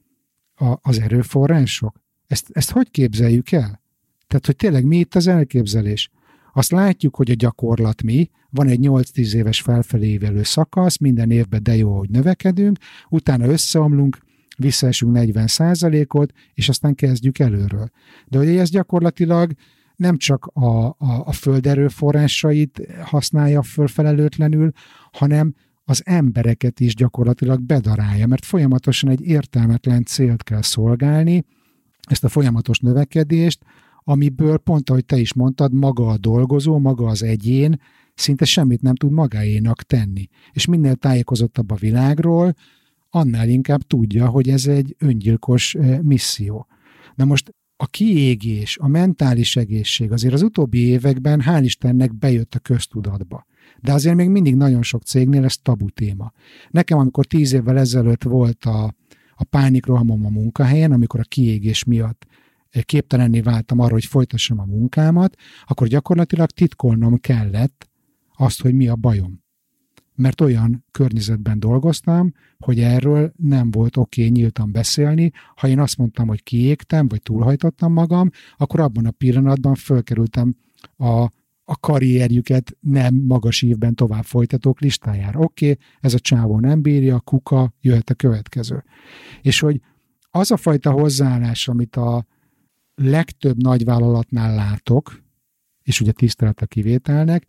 a, az erőforrások? Ezt, ezt hogy képzeljük el? Tehát, hogy tényleg mi itt az elképzelés? Azt látjuk, hogy a gyakorlat mi, van egy nyolc-tíz éves felfelé évelő szakasz, minden évben de jó, hogy növekedünk, utána összeomlunk, visszaesünk negyven százalékot, és aztán kezdjük előről. De hogy ez gyakorlatilag nem csak a, a, a föld erőforrásait használja föl felelőtlenül, hanem az embereket is gyakorlatilag bedarálja, mert folyamatosan egy értelmetlen célt kell szolgálni, ezt a folyamatos növekedést, amiből pont, ahogy te is mondtad, maga a dolgozó, maga az egyén szinte semmit nem tud magáénak tenni. És minél tájékozottabb a világról, annál inkább tudja, hogy ez egy öngyilkos misszió. Na most a kiégés, a mentális egészség azért az utóbbi években hál' Istennek bejött a köztudatba. De azért még mindig nagyon sok cégnél ez tabu téma. Nekem, amikor tíz évvel ezelőtt volt a, a pánikrohamom a munkahelyen, amikor a kiégés miatt képtelenné váltam arra, hogy folytassam a munkámat, akkor gyakorlatilag titkolnom kellett azt, hogy mi a bajom. Mert olyan környezetben dolgoztam, hogy erről nem volt oké okay, nyíltan beszélni. Ha én azt mondtam, hogy kiégtem, vagy túlhajtottam magam, akkor abban a pillanatban fölkerültem a, a karrierjüket nem magas ívben tovább folytatók listájára. Oké, okay, ez a csávó nem bírja, kuka, jöhet a következő. És hogy az a fajta hozzáállás, amit a legtöbb nagyvállalatnál látok, és ugye tisztelet a kivételnek,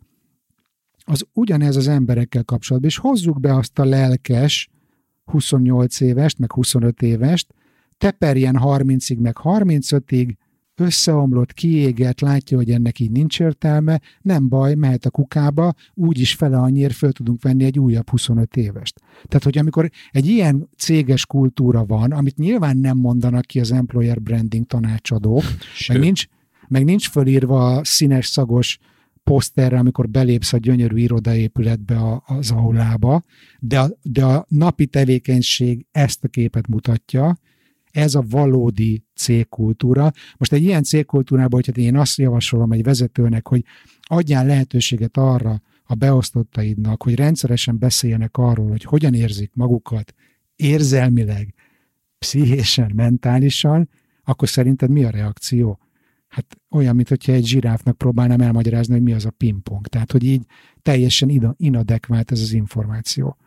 az ugyanez az emberekkel kapcsolatban, és hozzuk be azt a lelkes huszonnyolc évest, meg huszonöt évest, teperjen harmincig, meg harmincötig, összeomlott, kiégett, látja, hogy ennek így nincs értelme, nem baj, mehet a kukába, úgyis fele annyiért föl tudunk venni egy újabb huszonöt évest. Tehát, hogy amikor egy ilyen céges kultúra van, amit nyilván nem mondanak ki az employer branding tanácsadók, meg nincs, meg nincs fölírva a színes szagos poszterre, amikor belépsz a gyönyörű irodaépületbe az aulába, de a, de a napi tevékenység ezt a képet mutatja, ez a valódi cégkultúra. Most egy ilyen cégkultúrában, hogyha én azt javasolom egy vezetőnek, hogy adjál lehetőséget arra a beosztottaidnak, hogy rendszeresen beszéljenek arról, hogy hogyan érzik magukat érzelmileg, pszichésen, mentálisan, akkor szerinted mi a reakció? Hát olyan, mint hogyha egy zsiráfnak próbálnám elmagyarázni, hogy mi az a pingpong. Tehát, hogy így teljesen inadekvált ez az információ.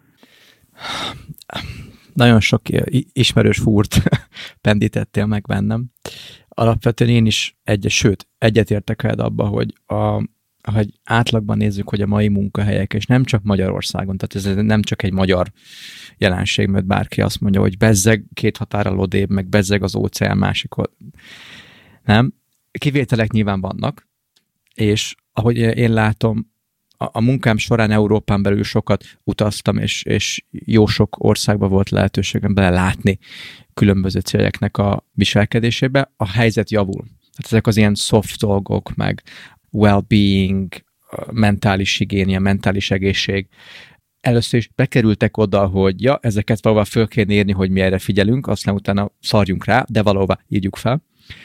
Nagyon sok ismerős fúrt pendítettél meg bennem. Alapvetően én is egyet, sőt, egyetértek veled abba, hogy a, hogy átlagban nézzük, hogy a mai munkahelyek, és nem csak Magyarországon, tehát ez nem csak egy magyar jelenség, mert bárki azt mondja, hogy bezzeg két határral odébb, meg bezzeg az óceán másik. Nem? Kivételek nyilván vannak, és ahogy én látom, a, a munkám során Európán belül sokat utaztam, és, és jó sok országban volt lehetőségem belelátni különböző cégeknek a viselkedésébe. A helyzet javul. Tehát ezek az ilyen soft dolgok, meg well-being, mentális higiénia, mentális egészség, először is bekerültek oda, hogy ja, ezeket valahol föl kell írni, hogy mi erre figyelünk, aztán utána szarjunk rá, de valahova írjuk fel.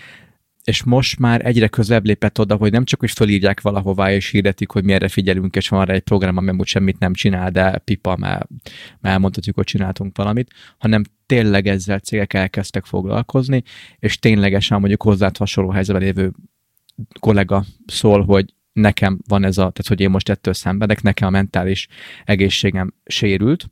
És most már egyre közelebb lépett oda, hogy nem csak, hogy fölírják valahová, és hirdetik, hogy mi erre figyelünk, és van rá egy program, ami úgy semmit nem csinál, de pipa, mert, mert elmondhatjuk, hogy csináltunk valamit, hanem tényleg ezzel cégek elkezdtek foglalkozni, és ténylegesen mondjuk hozzád hasonló helyzetben lévő kollega szól, hogy nekem van ez a, tehát hogy én most ettől szenvedek, nekem a mentális egészségem sérült,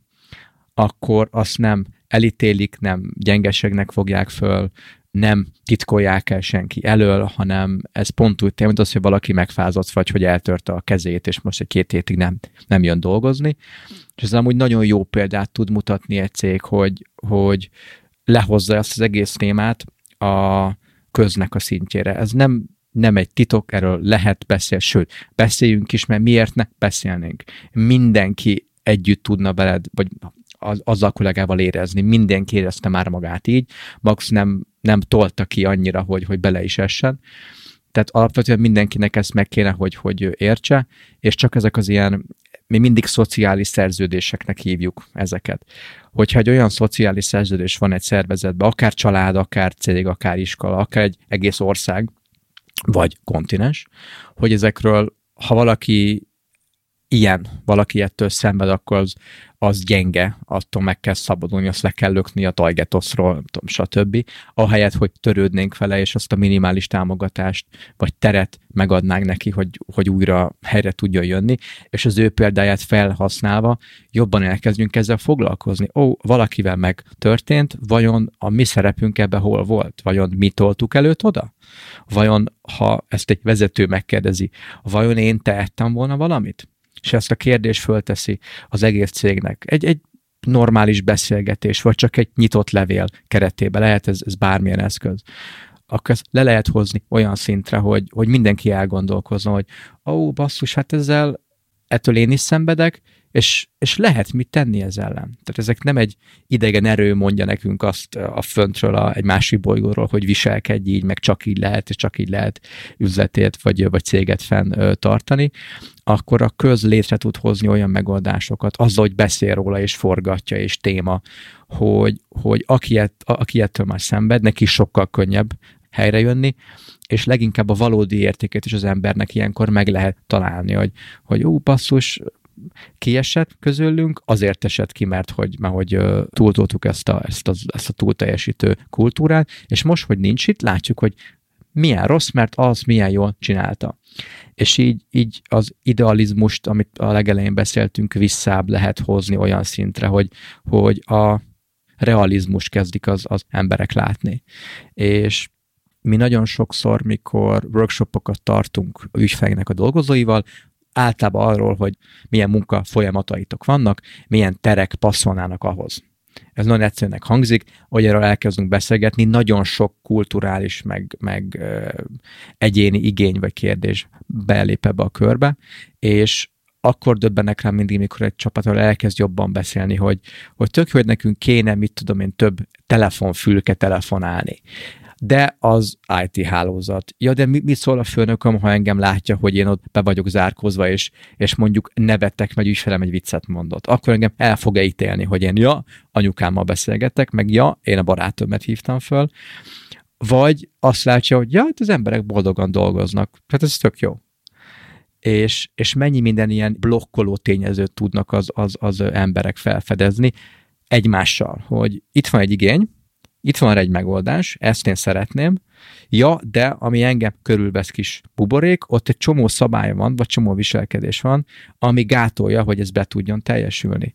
akkor azt nem elítélik, nem gyengeségnek fogják föl, nem titkolják el senki elől, hanem ez pont úgy tény, mint az, hogy valaki megfázott, vagy hogy eltörte a kezét, és most egy két hétig nem, nem jön dolgozni. És ez amúgy nagyon jó példát tud mutatni egy cég, hogy, hogy lehozza ezt az egész témát a köznek a szintjére. Ez nem, nem egy titok, erről lehet beszélni, sőt, beszéljünk is, mert miért ne beszélnénk. Mindenki együtt tudna veled, vagy az, azzal kollégával érezni. Mindenki érezte már magát így, max nem, nem tolta ki annyira, hogy, hogy bele is essen. Tehát alapvetően mindenkinek ezt meg kéne, hogy, hogy értse, és csak ezek az ilyen, mi mindig szociális szerződéseknek hívjuk ezeket. Hogyha egy olyan szociális szerződés van egy szervezetben, akár család, akár cég, akár iskola, akár egy egész ország, vagy kontinens, hogy ezekről, ha valaki ilyen, valaki ettől szenved, akkor az, az gyenge, attól meg kell szabadulni, azt le kell lökni a tajgetoszról, stb. Ahelyett, hogy törődnénk vele, és azt a minimális támogatást, vagy teret megadnánk neki, hogy, hogy újra helyre tudjon jönni, és az ő példáját felhasználva jobban elkezdjünk ezzel foglalkozni. Ó, valakivel megtörtént, vajon a mi szerepünk ebbe hol volt? Vajon mi toltuk előtt oda? Vajon, ha ezt egy vezető megkérdezi, vajon én tehettem volna valamit? És ezt a kérdést fölteszi az egész cégnek. Egy, egy normális beszélgetés, vagy csak egy nyitott levél keretében, lehet ez, ez bármilyen eszköz. Akkor ezt le lehet hozni olyan szintre, hogy, hogy mindenki elgondolkozzon, hogy ó, basszus, hát ezzel ettől én is szenvedek, és, és lehet mit tenni ezzel ellen. Tehát ezek nem egy idegen erő mondja nekünk azt a föntről, a, egy másik bolygóról, hogy viselkedj így, meg csak így lehet, és csak így lehet üzletét, vagy, vagy céget fenn tartani, akkor a köz létre tud hozni olyan megoldásokat, azzal, hogy beszél róla, és forgatja, és téma, hogy, hogy aki, ett, aki ettől már szenved, neki sokkal könnyebb helyrejönni, és leginkább a valódi értékét is az embernek ilyenkor meg lehet találni, hogy, hogy ó, basszus, kiesett közülünk, azért esett ki, mert hogy, mert hogy túltoltuk ezt a, ezt, a, ezt a túlteljesítő kultúrát, és most, hogy nincs itt, látjuk, hogy milyen rossz, mert az milyen jól csinálta. És így, így az idealizmust, amit a legelején beszéltünk, visszább lehet hozni olyan szintre, hogy, hogy a realizmust kezdik az, az emberek látni. És mi nagyon sokszor, mikor workshopokat tartunk ügyfeleknek a dolgozóival, általában arról, hogy milyen munka folyamataitok vannak, milyen terek passzolnának ahhoz. Ez nagyon egyszerűnek hangzik, hogy erről elkezdünk beszélgetni, nagyon sok kulturális, meg, meg ö, egyéni igény vagy kérdés belép ebbe a körbe, és akkor döbbenek rá mindig, mikor egy csapatról elkezd jobban beszélni, hogy, hogy tök jó, hogy nekünk kéne, mit tudom én, több telefonfülke telefonálni. De az i té hálózat. Ja, de mit, mit szól a főnököm, ha engem látja, hogy én ott be vagyok zárkózva, és, és mondjuk nevettek, meg ügyfelem egy viccet mondott. Akkor engem el fog-e ítélni, hogy én ja, anyukámmal beszélgettek, meg ja, én a barátomat hívtam föl, vagy azt látja, hogy ja, az emberek boldogan dolgoznak. Hát ez tök jó. És, és mennyi minden ilyen blokkoló tényezőt tudnak az, az, az emberek felfedezni egymással, hogy itt van egy igény, itt van egy megoldás, ezt én szeretném, ja, de ami engem körülvesz kis buborék, ott egy csomó szabály van, vagy csomó viselkedés van, ami gátolja, hogy ez be tudjon teljesülni.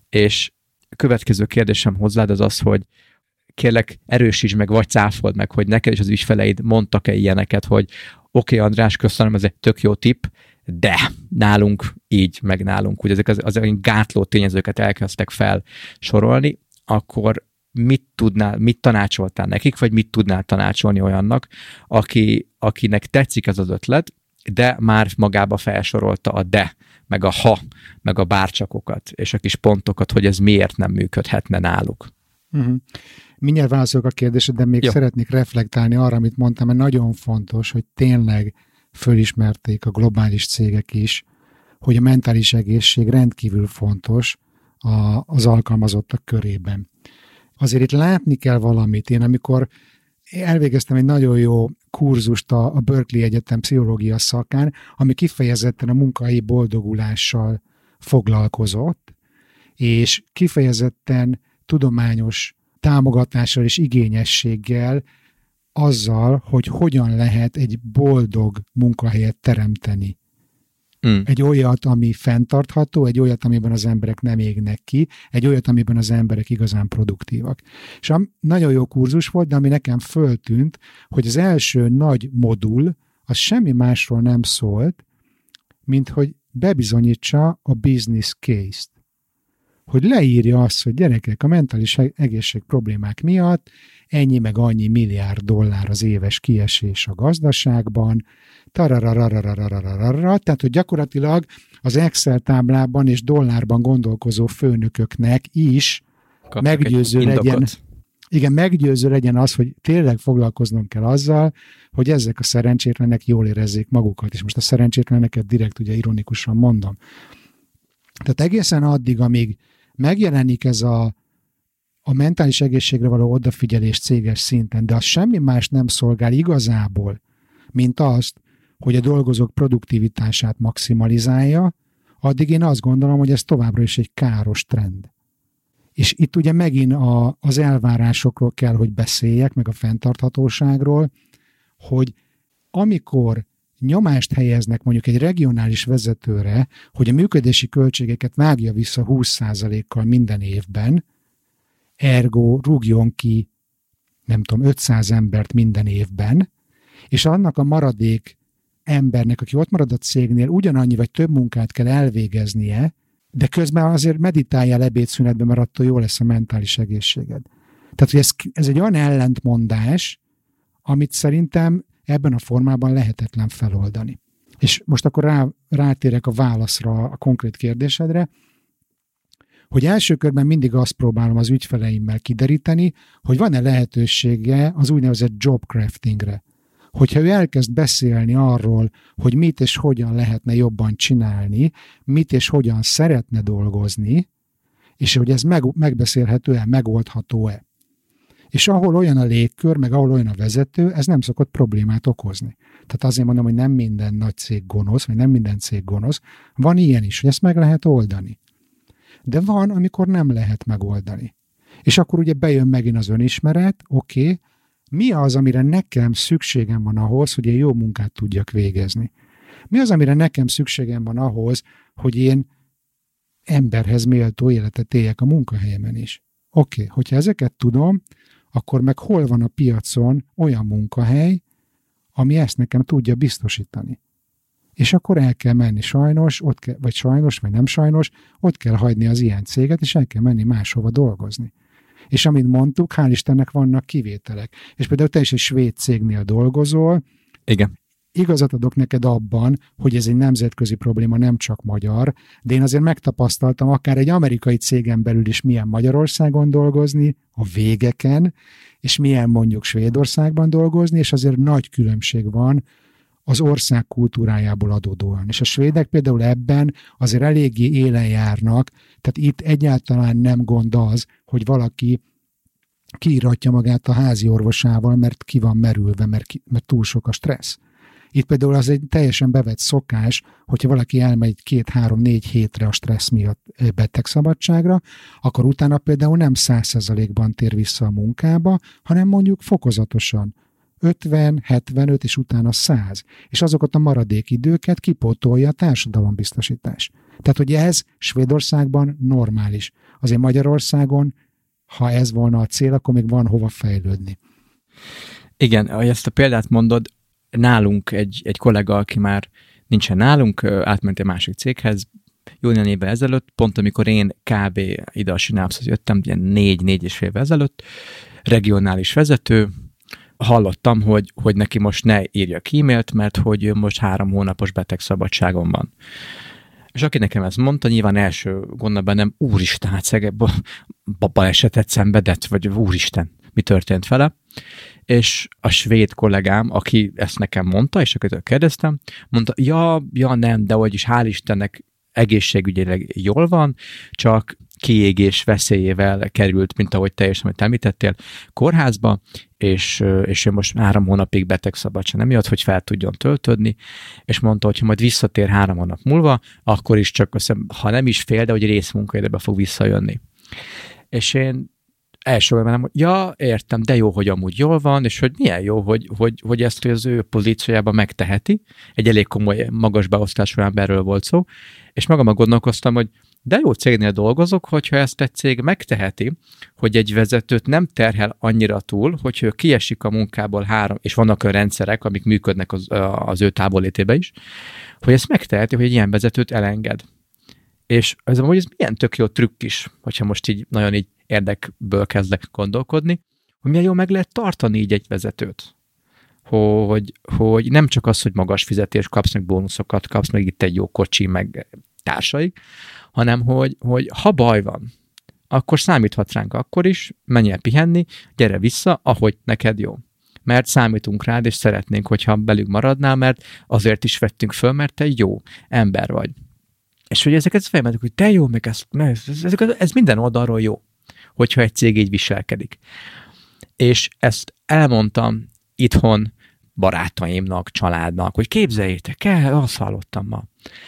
És a következő kérdésem hozzád az az, hogy kérlek, erősíts meg, vagy cáfold meg, hogy neked és az ügyfeleid mondtak-e ilyeneket, hogy oké, okay, András, köszönöm, ez egy tök jó tipp, de nálunk így, meg nálunk, hogy ezek az, az gátló tényezőket elkezdtek felsorolni, akkor mit tudnál, mit tanácsoltál nekik, vagy mit tudnál tanácsolni olyannak, aki, akinek tetszik ez az ötlet, de már magába felsorolta a de, meg a ha, meg a bárcsakokat, és a kis pontokat, hogy ez miért nem működhetne náluk. Uh-huh. Mindjárt válaszolok a kérdésre, de még Jó. szeretnék reflektálni arra, amit mondtam, mert nagyon fontos, hogy tényleg fölismerték a globális cégek is, hogy a mentális egészség rendkívül fontos a, az alkalmazottak körében. Azért itt látni kell valamit. Én amikor elvégeztem egy nagyon jó kurzust a, a Berkeley Egyetem pszichológia szakán, ami kifejezetten a munkahelyi boldogulással foglalkozott, és kifejezetten tudományos támogatással és igényességgel azzal, hogy hogyan lehet egy boldog munkahelyet teremteni. Mm. Egy olyat, ami fenntartható, egy olyat, amiben az emberek nem égnek ki, egy olyat, amiben az emberek igazán produktívak. És nagyon jó kurzus volt, de ami nekem föltűnt, hogy az első nagy modul, az semmi másról nem szólt, mint hogy bebizonyítsa a business case-t. Hogy leírja azt, hogy gyerekek, a mentális egészség problémák miatt ennyi meg annyi milliárd dollár az éves kiesés a gazdaságban, tarararararararararara, tehát, hogy gyakorlatilag az Excel táblában és dollárban gondolkozó főnököknek is Kaptak meggyőző legyen, igen, meggyőző legyen az, hogy tényleg foglalkoznunk kell azzal, hogy ezek a szerencsétlenek jól érezzék magukat. És most a szerencsétleneket direkt ugye ironikusan mondom. Tehát egészen addig, amíg megjelenik ez a, a mentális egészségre való odafigyelés céges szinten, de az semmi más nem szolgál igazából, mint azt, hogy a dolgozók produktivitását maximalizálja, addig én azt gondolom, hogy ez továbbra is egy káros trend. És itt ugye megint a, az elvárásokról kell, hogy beszéljek, meg a fenntarthatóságról, hogy amikor nyomást helyeznek mondjuk egy regionális vezetőre, hogy a működési költségeket vágja vissza húsz százalékkal minden évben, ergo rúgjon ki, nem tudom, ötszáz embert minden évben, és annak a maradék embernek, aki ott marad a cégnél, ugyanannyi vagy több munkát kell elvégeznie, de közben azért meditáljál ebédszünetben, mert attól jó lesz a mentális egészséged. Tehát, hogy ez, ez egy olyan ellentmondás, amit szerintem ebben a formában lehetetlen feloldani. És most akkor rá, rátérek a válaszra, a konkrét kérdésedre, hogy első körben mindig azt próbálom az ügyfeleimmel kideríteni, hogy van-e lehetősége az úgynevezett job craftingre. Hogyha ő elkezd beszélni arról, hogy mit és hogyan lehetne jobban csinálni, mit és hogyan szeretne dolgozni, és hogy ez meg, megbeszélhető-e, megoldható-e. És ahol olyan a légkör, meg ahol olyan a vezető, ez nem szokott problémát okozni. Tehát azért mondom, hogy nem minden nagy cég gonosz, vagy nem minden cég gonosz. Van ilyen is, hogy ezt meg lehet oldani. De van, amikor nem lehet megoldani. És akkor ugye bejön megint az önismeret, oké, okay, mi az, amire nekem szükségem van ahhoz, hogy én jó munkát tudjak végezni? Mi az, amire nekem szükségem van ahhoz, hogy én emberhez méltó életet éljek a munkahelyemen is? Oké, okay, hogyha ezeket tudom, akkor meg hol van a piacon olyan munkahely, ami ezt nekem tudja biztosítani. És akkor el kell menni sajnos, ott kell, vagy sajnos, vagy nem sajnos, ott kell hagyni az ilyen céget, és el kell menni máshova dolgozni. És amint mondtuk, hál' Istennek vannak kivételek. És például te is egy svéd cégnél dolgozol. Igen. Igazat adok neked abban, hogy ez egy nemzetközi probléma, nem csak magyar, de én azért megtapasztaltam akár egy amerikai cégen belül is milyen Magyarországon dolgozni, a végeken, és milyen mondjuk Svédországban dolgozni, és azért nagy különbség van az ország kultúrájából adódóan. És a svédek például ebben azért eléggé élen járnak, tehát itt egyáltalán nem gond az, hogy valaki kiíratja magát a házi orvosával, mert ki van merülve, mert, ki, mert túl sok a stressz. Itt például az egy teljesen bevett szokás, hogyha valaki elmegy két-három-négy hétre a stressz miatt betegszabadságra, akkor utána például nem száz százalékban tér vissza a munkába, hanem mondjuk fokozatosan. ötven, hetvenöt és utána száz. És azokat a maradék időket kipótolja a társadalombiztosítás. Tehát, hogy ez Svédországban normális. Azért Magyarországon, ha ez volna a cél, akkor még van hova fejlődni. Igen, ahogy ezt a példát mondod, nálunk egy, egy kollega, aki már nincsen nálunk, átment egy másik céghez, jó néhány évvel ezelőtt, pont amikor én kb. Ide a Synapshoz jöttem, ilyen négy-négy és fél évvel ezelőtt, regionális vezető, hallottam, hogy, hogy neki most ne írja ki e-mailt, mert hogy ő most három hónapos betegszabadságon van. És aki nekem ezt mondta, nyilván első gondol bennem, úristen, hát szege, balesetet szenvedett, vagy úristen, mi történt vele. És a svéd kollégám, aki ezt nekem mondta, és akitől kérdeztem, mondta, ja, ja nem, de hogy is hál' Istennek egészségügyileg jól van, csak kiégés veszélyével került, mint ahogy te is, amit említettél, kórházba, és, és ő most három hónapig betegszabadság nem jött, hogy fel tudjon töltődni, és mondta, hogy ha majd visszatér három hónap múlva, akkor is csak, ha nem is fél, de hogy részmunkaidőbe fog visszajönni. És én elsőben nem, hogy ja, értem, de jó, hogy amúgy jól van, és hogy milyen jó, hogy, hogy, hogy ezt az ő pozíciójában megteheti. Egy elég komoly, magas beosztású emberről volt szó, és magammal gondolkoztam, hogy de jó cégnél dolgozok, hogyha ezt egy cég megteheti, hogy egy vezetőt nem terhel annyira túl, hogy ő kiesik a munkából három, és vannak olyan rendszerek, amik működnek az, az ő távollétében is, hogy ezt megteheti, hogy egy ilyen vezetőt elenged. És ez amúgy ez milyen tök jó trükk is, hogyha most így nagyon így érdekből kezdek gondolkodni, hogy milyen jól meg lehet tartani így egy vezetőt. Hogy, hogy nem csak az, hogy magas fizetés, kapsz meg bónuszokat, kapsz meg itt egy jó kocsi, meg társaik, hanem hogy, hogy ha baj van, akkor számíthatsz ránk akkor is, menj el pihenni, gyere vissza, ahogy neked jó. Mert számítunk rád, és szeretnénk, hogyha belül maradnál, mert azért is vettünk föl, mert te jó ember vagy. És hogy ezeket felmentük, hogy te jó, meg ez, ez, ez, ez minden oldalról jó, hogyha egy cég így viselkedik. És ezt elmondtam itthon barátaimnak, családnak, hogy képzeljétek el, azt hallottam ma.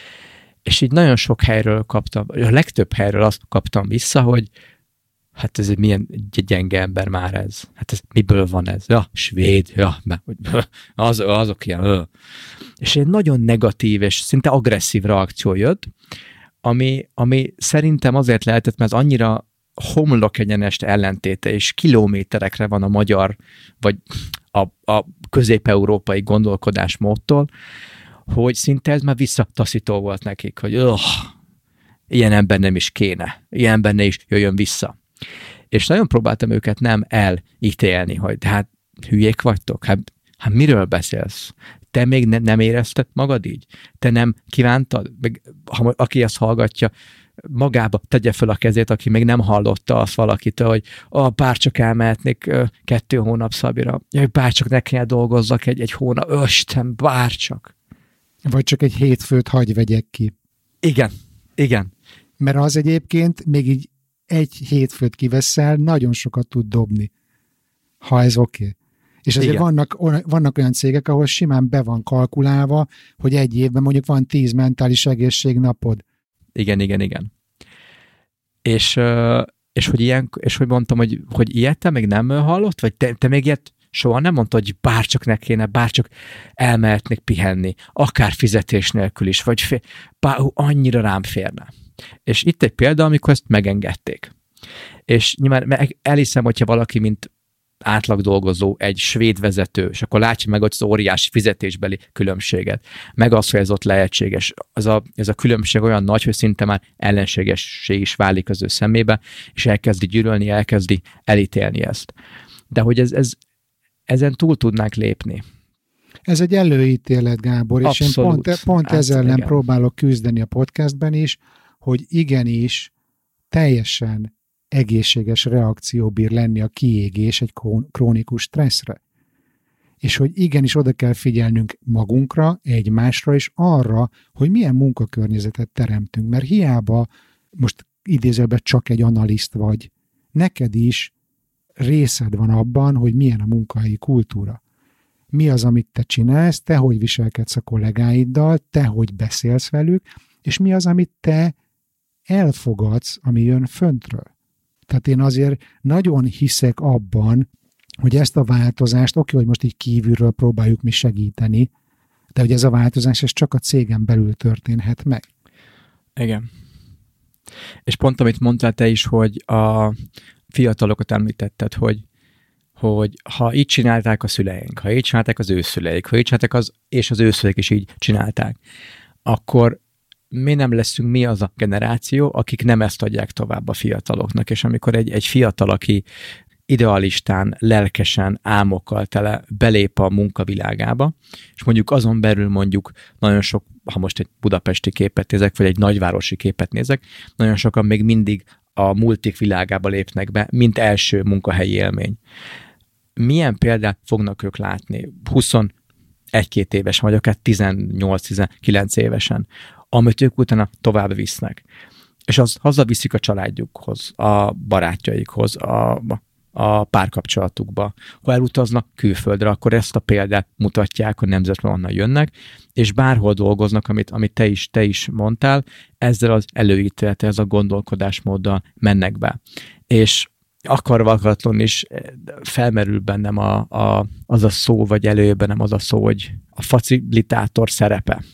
És így nagyon sok helyről kaptam, a legtöbb helyről azt kaptam vissza, hogy hát ez egy milyen gyenge ember már ez. Hát ez miből van ez? Ja, svéd, ja, az, azok ilyen. És egy nagyon negatív és szinte agresszív reakció jött, ami, ami szerintem azért lehetett, mert az annyira homlok egyenest ellentéte, és kilométerekre van a magyar, vagy a, a közép-európai gondolkodásmódtól, hogy szinte ez már visszataszító volt nekik, hogy öh, ilyen ember nem is kéne, ilyen ember ne is jöjjön vissza. És nagyon próbáltam őket nem elítélni, hogy de hát hülyék vagytok, hát, hát miről beszélsz? Te még ne, nem érezted magad így? Te nem kívántad? Meg, ha, aki ezt hallgatja, magába tegye fel a kezét, aki még nem hallotta azt valakitől, hogy oh, bárcsak elmehetnék uh, kettő hónap Szabira, bárcsak ne kell dolgozzak egy, egy hónap, östen, bárcsak. Vagy csak egy hétfőt hagy vegyek ki. Igen, igen. Mert az egyébként még így egy hétfőt kiveszel, nagyon sokat tud dobni, ha ez oké. Okay. És azért vannak, vannak olyan cégek, ahol simán be van kalkulálva, hogy egy évben mondjuk van tíz mentális egészségnapod. Igen, igen, igen. És, és, hogy, ilyen, és hogy mondtam, hogy, hogy ilyet te még nem hallott? Vagy te, te még ilyet soha nem mondtad, hogy bárcsak ne kéne, bárcsak elmehetnék pihenni, akár fizetés nélkül is, vagy fél, bár, annyira rám férne. És itt egy példa, amikor ezt megengedték. És nyilván elhiszem, hogyha valaki, mint átlag dolgozó, egy svéd vezető, és akkor látja meg ott az óriási fizetésbeli különbséget. Meg az, hogy ez ott lehetséges. Az a, ez a különbség olyan nagy, hogy szinte már ellenségesség is válik az ő szemébe, és elkezdi gyűlölni, elkezdi elítélni ezt. De hogy ez, ez, ezen túl tudnánk lépni. Ez egy előítélet, Gábor, és Abszolút. én pont, pont ezzel nem próbálok küzdeni a podcastben is, hogy igenis teljesen egészséges reakció bír lenni a kiégés egy krónikus stresszre. És hogy igenis oda kell figyelnünk magunkra, egymásra, és arra, hogy milyen munkakörnyezetet teremtünk. Mert hiába most idézőben csak egy analiszt vagy, neked is részed van abban, hogy milyen a munkahelyi kultúra. Mi az, amit te csinálsz, te hogy viselkedsz a kollégáiddal, te hogy beszélsz velük, és mi az, amit te elfogadsz, ami jön föntről. Tehát én azért nagyon hiszek abban, hogy ezt a változást, oké, hogy most így kívülről próbáljuk mi segíteni, de hogy ez a változás, ez csak a cégen belül történhet meg. Igen. És pont amit mondtál te is, hogy a fiatalokat említetted, hogy, hogy ha így csinálták a szüleink, ha így csinálták az őszüleik, ha így csinálták az, és az őszüleik is így csinálták, akkor mi nem leszünk mi az a generáció, akik nem ezt adják tovább a fiataloknak, és amikor egy, egy fiatal, aki idealistán, lelkesen, álmokkal tele belép a munkavilágába, és mondjuk azon belül mondjuk nagyon sok, ha most egy budapesti képet nézek, vagy egy nagyvárosi képet nézek, nagyon sokan még mindig a multik világába lépnek be, mint első munkahelyi élmény. Milyen példát fognak ők látni huszonegy-két éves, vagy akár tizennyolc-tizenkilenc évesen, amit ők utána tovább visznek. És az hazaviszik a családjukhoz, a barátjaikhoz, a, a párkapcsolatukba. Ha elutaznak külföldre, akkor ezt a példát mutatják, hogy nemzetben onnan jönnek, és bárhol dolgoznak, amit, amit te, is, te is mondtál, ezzel az előítélettel, ez a gondolkodásmóddal mennek be. És akarva akaratlan is felmerül bennem a, a, az a szó, vagy előjön bennem az a szó, hogy a facilitátor szerepe,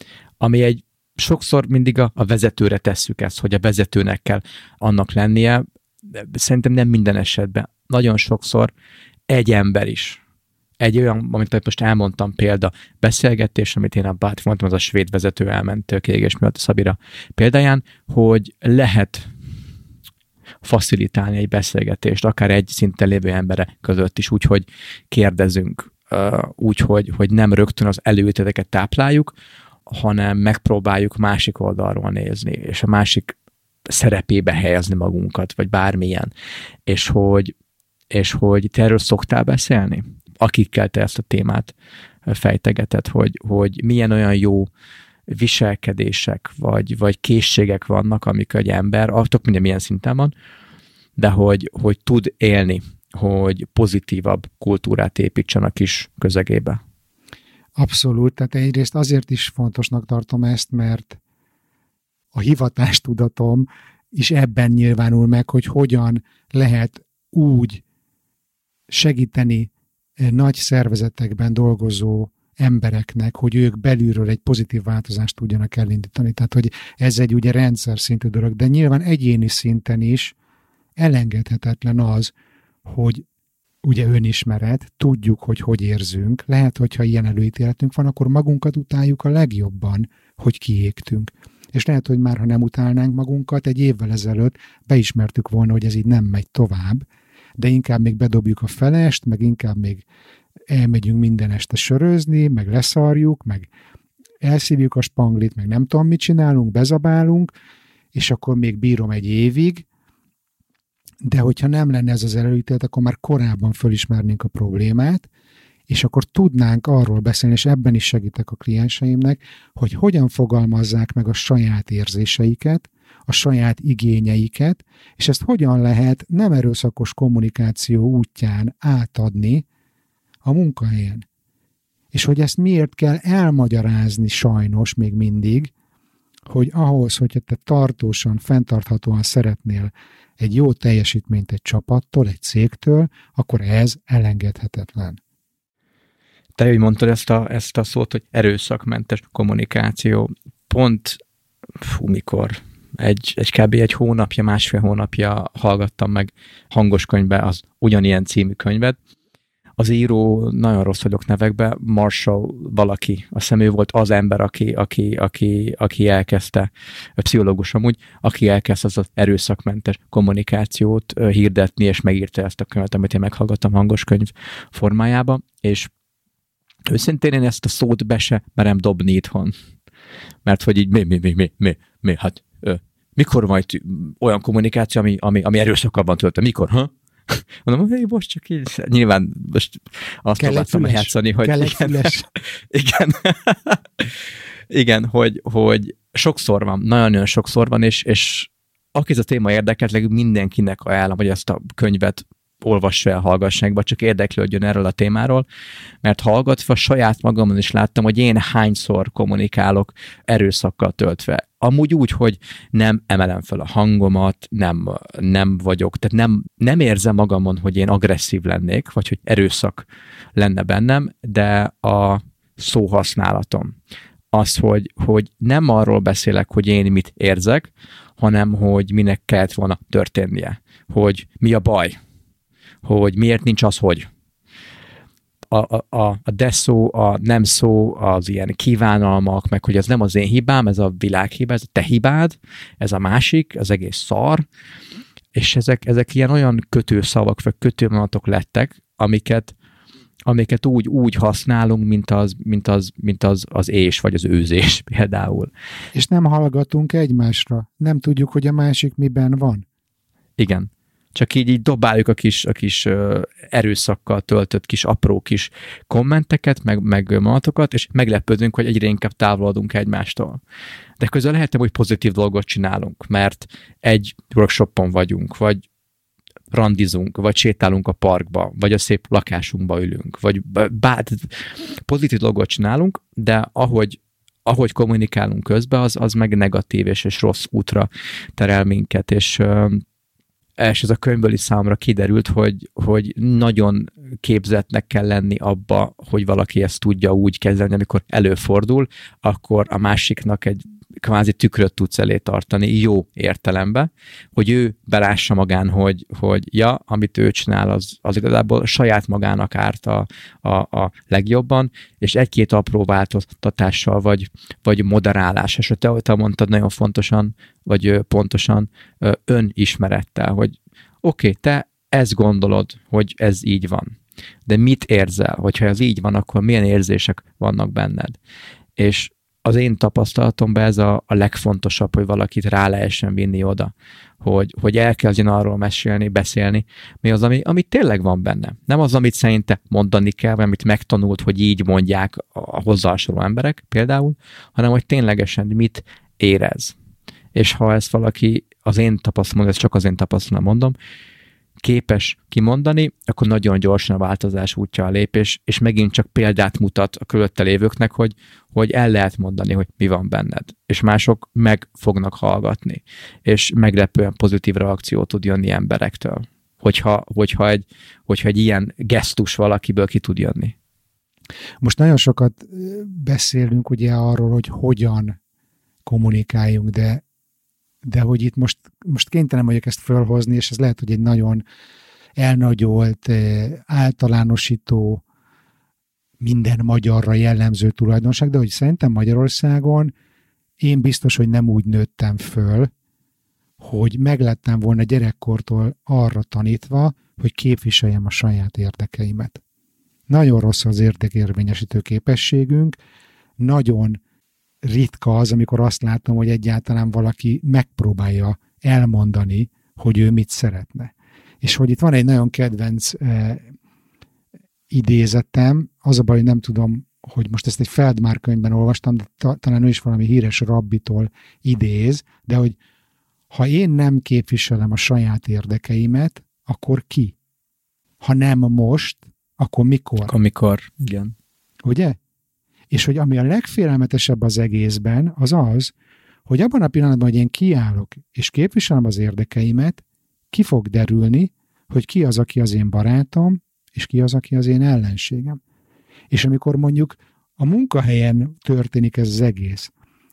ami egy sokszor mindig a, a vezetőre tesszük ezt, hogy a vezetőnek kell annak lennie. Szerintem nem minden esetben. Nagyon sokszor egy ember is. Egy olyan, amit most elmondtam példa, beszélgetés, amit én a Bát mondtam, az a svéd vezető elment kiégés miatt a Szabira példáján, hogy lehet facilitálni egy beszélgetést, akár egy szinten lévő embere között is, úgyhogy kérdezünk, úgyhogy hogy nem rögtön az előítéleteket tápláljuk, hanem megpróbáljuk másik oldalról nézni, és a másik szerepébe helyezni magunkat, vagy bármilyen. És hogy, és hogy te erről szoktál beszélni? Akikkel te ezt a témát fejtegeted, hogy, hogy milyen olyan jó viselkedések, vagy, vagy készségek vannak, amik egy ember, tök minden milyen szinten van, de hogy, hogy tud élni, hogy pozitívabb kultúrát építsen a kis közegébe. Abszolút, tehát egyrészt azért is fontosnak tartom ezt, mert a hivatástudatom is ebben nyilvánul meg, hogy hogyan lehet úgy segíteni nagy szervezetekben dolgozó embereknek, hogy ők belülről egy pozitív változást tudjanak elindítani. Tehát, hogy ez egy ugye rendszer szintű dolog, de nyilván egyéni szinten is elengedhetetlen az, hogy ugye önismeret, tudjuk, hogy hogy érzünk. Lehet, hogyha ilyen előítéletünk van, akkor magunkat utáljuk a legjobban, hogy kiégtünk. És lehet, hogy már ha nem utálnánk magunkat, egy évvel ezelőtt beismertük volna, hogy ez így nem megy tovább, de inkább még bedobjuk a felest, meg inkább még elmegyünk minden este sörözni, meg leszarjuk, meg elszívjuk a spanglit, meg nem tudom, mit csinálunk, bezabálunk, és akkor még bírom egy évig, de hogyha nem lenne ez az előítélet, akkor már korábban fölismernénk a problémát, és akkor tudnánk arról beszélni, és ebben is segítek a klienseimnek, hogy hogyan fogalmazzák meg a saját érzéseiket, a saját igényeiket, és ezt hogyan lehet nem erőszakos kommunikáció útján átadni a munkahelyen. És hogy ezt miért kell elmagyarázni sajnos még mindig, hogy ahhoz, hogyha te tartósan, fenntarthatóan szeretnél egy jó teljesítményt egy csapattól, egy cégtől, akkor ez elengedhetetlen. Te, hogy mondtad ezt a, ezt a szót, hogy erőszakmentes kommunikáció, pont fú, mikor egy, egy kb. egy hónapja, másfél hónapja hallgattam meg hangos könyvbe az ugyanilyen című könyvet. Az író, nagyon rossz vagyok nevekbe, Marshall valaki, a szemű volt az ember, aki, aki, aki, aki elkezdte, a pszichológus amúgy, aki elkezdte az erőszakmentes kommunikációt hirdetni, és megírta ezt a könyvet, amit én meghallgattam hangos könyv formájába, és őszintén én ezt a szót be se merem dobni itthon. Mert hogy így mi, mi, mi, mi, mi, mi, hát ö, mikor majd olyan kommunikáció, ami, ami, ami erőszakkal van töltve, mikor, ha? Mondom, hogy most csak így, nyilván most azt próbáltam játszani, hogy igen, igen, igen, hogy, hogy sokszor van, nagyon-nagyon sokszor van, és, és aki ez a téma érdekelt, mindenkinek ajánlom, hogy ezt a könyvet olvassa el, hallgassák, vagy csak érdeklődjön erről a témáról, mert hallgatva saját magamon is láttam, hogy én hányszor kommunikálok erőszakkal töltve. Amúgy úgy, hogy nem emelem fel a hangomat, nem, nem vagyok, tehát nem, nem érzem magamon, hogy én agresszív lennék, vagy hogy erőszak lenne bennem, de a szóhasználatom az, hogy, hogy nem arról beszélek, hogy én mit érzek, hanem hogy minek kellett volna történnie, hogy mi a baj, hogy miért nincs az, hogy. A, a, a de szó, a nem szó, az ilyen kívánalmak, meg hogy ez nem az én hibám, ez a világ hibá, ez a te hibád, ez a másik, az egész szar, és ezek, ezek ilyen olyan kötőszavak, vagy kötőmonatok lettek, amiket, amiket úgy, úgy használunk, mint az, mint az, mint az, az és, vagy az őzés például. És nem hallgatunk egymásra. Nem tudjuk, hogy a másik miben van. Igen. Csak így, így dobáljuk a kis, a kis uh, erőszakkal töltött kis apró kis kommenteket, meg, meg mondatokat, és meglepődünk, hogy egyre inkább távolodunk egymástól. De közben lehetem, hogy pozitív dolgot csinálunk, mert egy workshopon vagyunk, vagy randizunk, vagy sétálunk a parkba, vagy a szép lakásunkba ülünk, vagy bár, pozitív dolgot csinálunk, de ahogy ahogy kommunikálunk közben, az, az meg negatív és, és rossz útra terel minket, és uh, és ez a könyvből is számomra kiderült, hogy, hogy nagyon képzettnek kell lenni abba, hogy valaki ezt tudja úgy kezelni, amikor előfordul, akkor a másiknak egy kvázi tükröt tudsz elé tartani, jó értelemben, hogy ő belássa magán, hogy, hogy ja, amit ő csinál, az, az igazából saját magának árt a, a, a legjobban, és egy-két apró változtatással, vagy, vagy moderálás, és te, te mondtad nagyon fontosan, vagy pontosan önismerettel, hogy oké, okay, te ezt gondolod, hogy ez így van, de mit érzel? Hogyha ez így van, akkor milyen érzések vannak benned? És az én tapasztalatomban ez a, a legfontosabb, hogy valakit rá lehessen vinni oda, hogy, hogy elkezdjen arról mesélni, beszélni, mi az, ami, ami tényleg van benne. Nem az, amit szerinte mondani kell, vagy amit megtanult, hogy így mondják a hozzá hasonló emberek például, hanem hogy ténylegesen mit érez. És ha ez valaki, az én tapasztalatom, ez csak az én tapasztalatom mondom, képes kimondani, akkor nagyon gyorsan a változás útja a lépés, és megint csak példát mutat a körülötte lévőknek, hogy, hogy el lehet mondani, hogy mi van benned. És mások meg fognak hallgatni. És meglepően pozitív reakció tud jönni emberektől, hogyha, hogyha, egy, hogyha egy ilyen gesztus valakiből ki tud jönni. Most nagyon sokat beszélünk ugye arról, hogy hogyan kommunikáljunk, de de hogy itt most, most kénytelen vagyok ezt fölhozni, és ez lehet, hogy egy nagyon elnagyolt, általánosító, minden magyarra jellemző tulajdonság, de hogy szerintem Magyarországon én biztos, hogy nem úgy nőttem föl, hogy meglettem volna gyerekkortól arra tanítva, hogy képviseljem a saját érdekeimet. Nagyon rossz az érdekérvényesítő képességünk, nagyon ritka az, amikor azt látom, hogy egyáltalán valaki megpróbálja elmondani, hogy ő mit szeretne. És hogy itt van egy nagyon kedvenc eh, idézetem, az a baj, hogy nem tudom, hogy most ezt egy Feldmár könyvben olvastam, de ta, talán ő is valami híres rabbitól idéz, de hogy ha én nem képviselem a saját érdekeimet, akkor ki? Ha nem most, akkor mikor? Akkor mikor, igen. Ugye? És hogy ami a legfélelmetesebb az egészben, az az, hogy abban a pillanatban, hogy én kiállok, és képviselem az érdekeimet, ki fog derülni, hogy ki az, aki az én barátom, és ki az, aki az én ellenségem. És amikor mondjuk a munkahelyen történik ez az egész,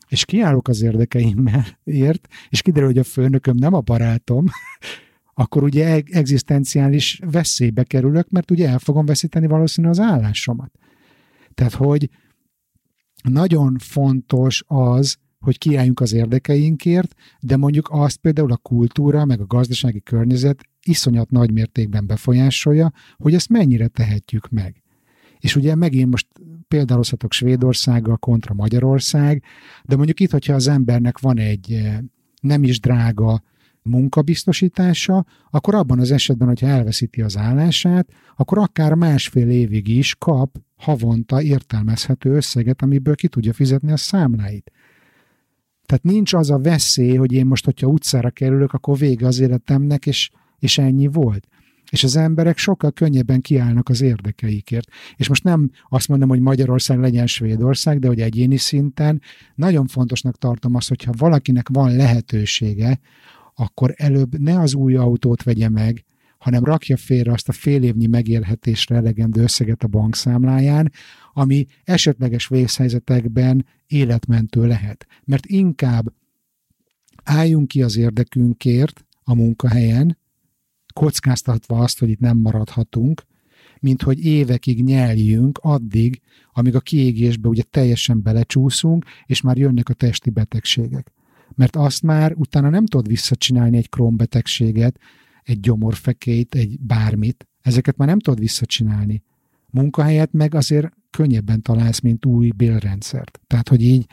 és kiállok az érdekeimért, és kiderül, hogy a főnököm nem a barátom, akkor ugye egzisztenciális veszélybe kerülök, mert ugye el fogom veszíteni valószínűleg az állásomat. Tehát, hogy nagyon fontos az, hogy kiálljunk az érdekeinkért, de mondjuk azt például a kultúra, meg a gazdasági környezet iszonyat nagy mértékben befolyásolja, hogy ezt mennyire tehetjük meg. És ugye megint most példálozhatok Svédországgal kontra Magyarország, de mondjuk itt, hogyha az embernek van egy nem is drága munkabiztosítása, akkor abban az esetben, hogyha elveszíti az állását, akkor akár másfél évig is kap havonta értelmezhető összeget, amiből ki tudja fizetni a számláit. Tehát nincs az a veszély, hogy én most, hogyha utcára kerülök, akkor vége az életemnek, és, és ennyi volt. És az emberek sokkal könnyebben kiállnak az érdekeikért. És most nem azt mondom, hogy Magyarország legyen Svédország, de hogy egyéni szinten nagyon fontosnak tartom azt, hogyha valakinek van lehetősége, akkor előbb ne az új autót vegye meg, hanem rakja félre azt a fél évnyi megélhetésre elegendő összeget a bankszámláján, ami esetleges vészhelyzetekben életmentő lehet. Mert inkább álljunk ki az érdekünkért a munkahelyen, kockáztatva azt, hogy itt nem maradhatunk, mint hogy évekig nyeljünk addig, amíg a kiégésbe ugye teljesen belecsúszunk, és már jönnek a testi betegségek. Mert azt már utána nem tudod visszacsinálni egy Crohn-betegséget, egy gyomorfekélyt, egy bármit. Ezeket már nem tudod visszacsinálni. Munkahelyet meg azért könnyebben találsz, mint új bélrendszert. Tehát, hogy így...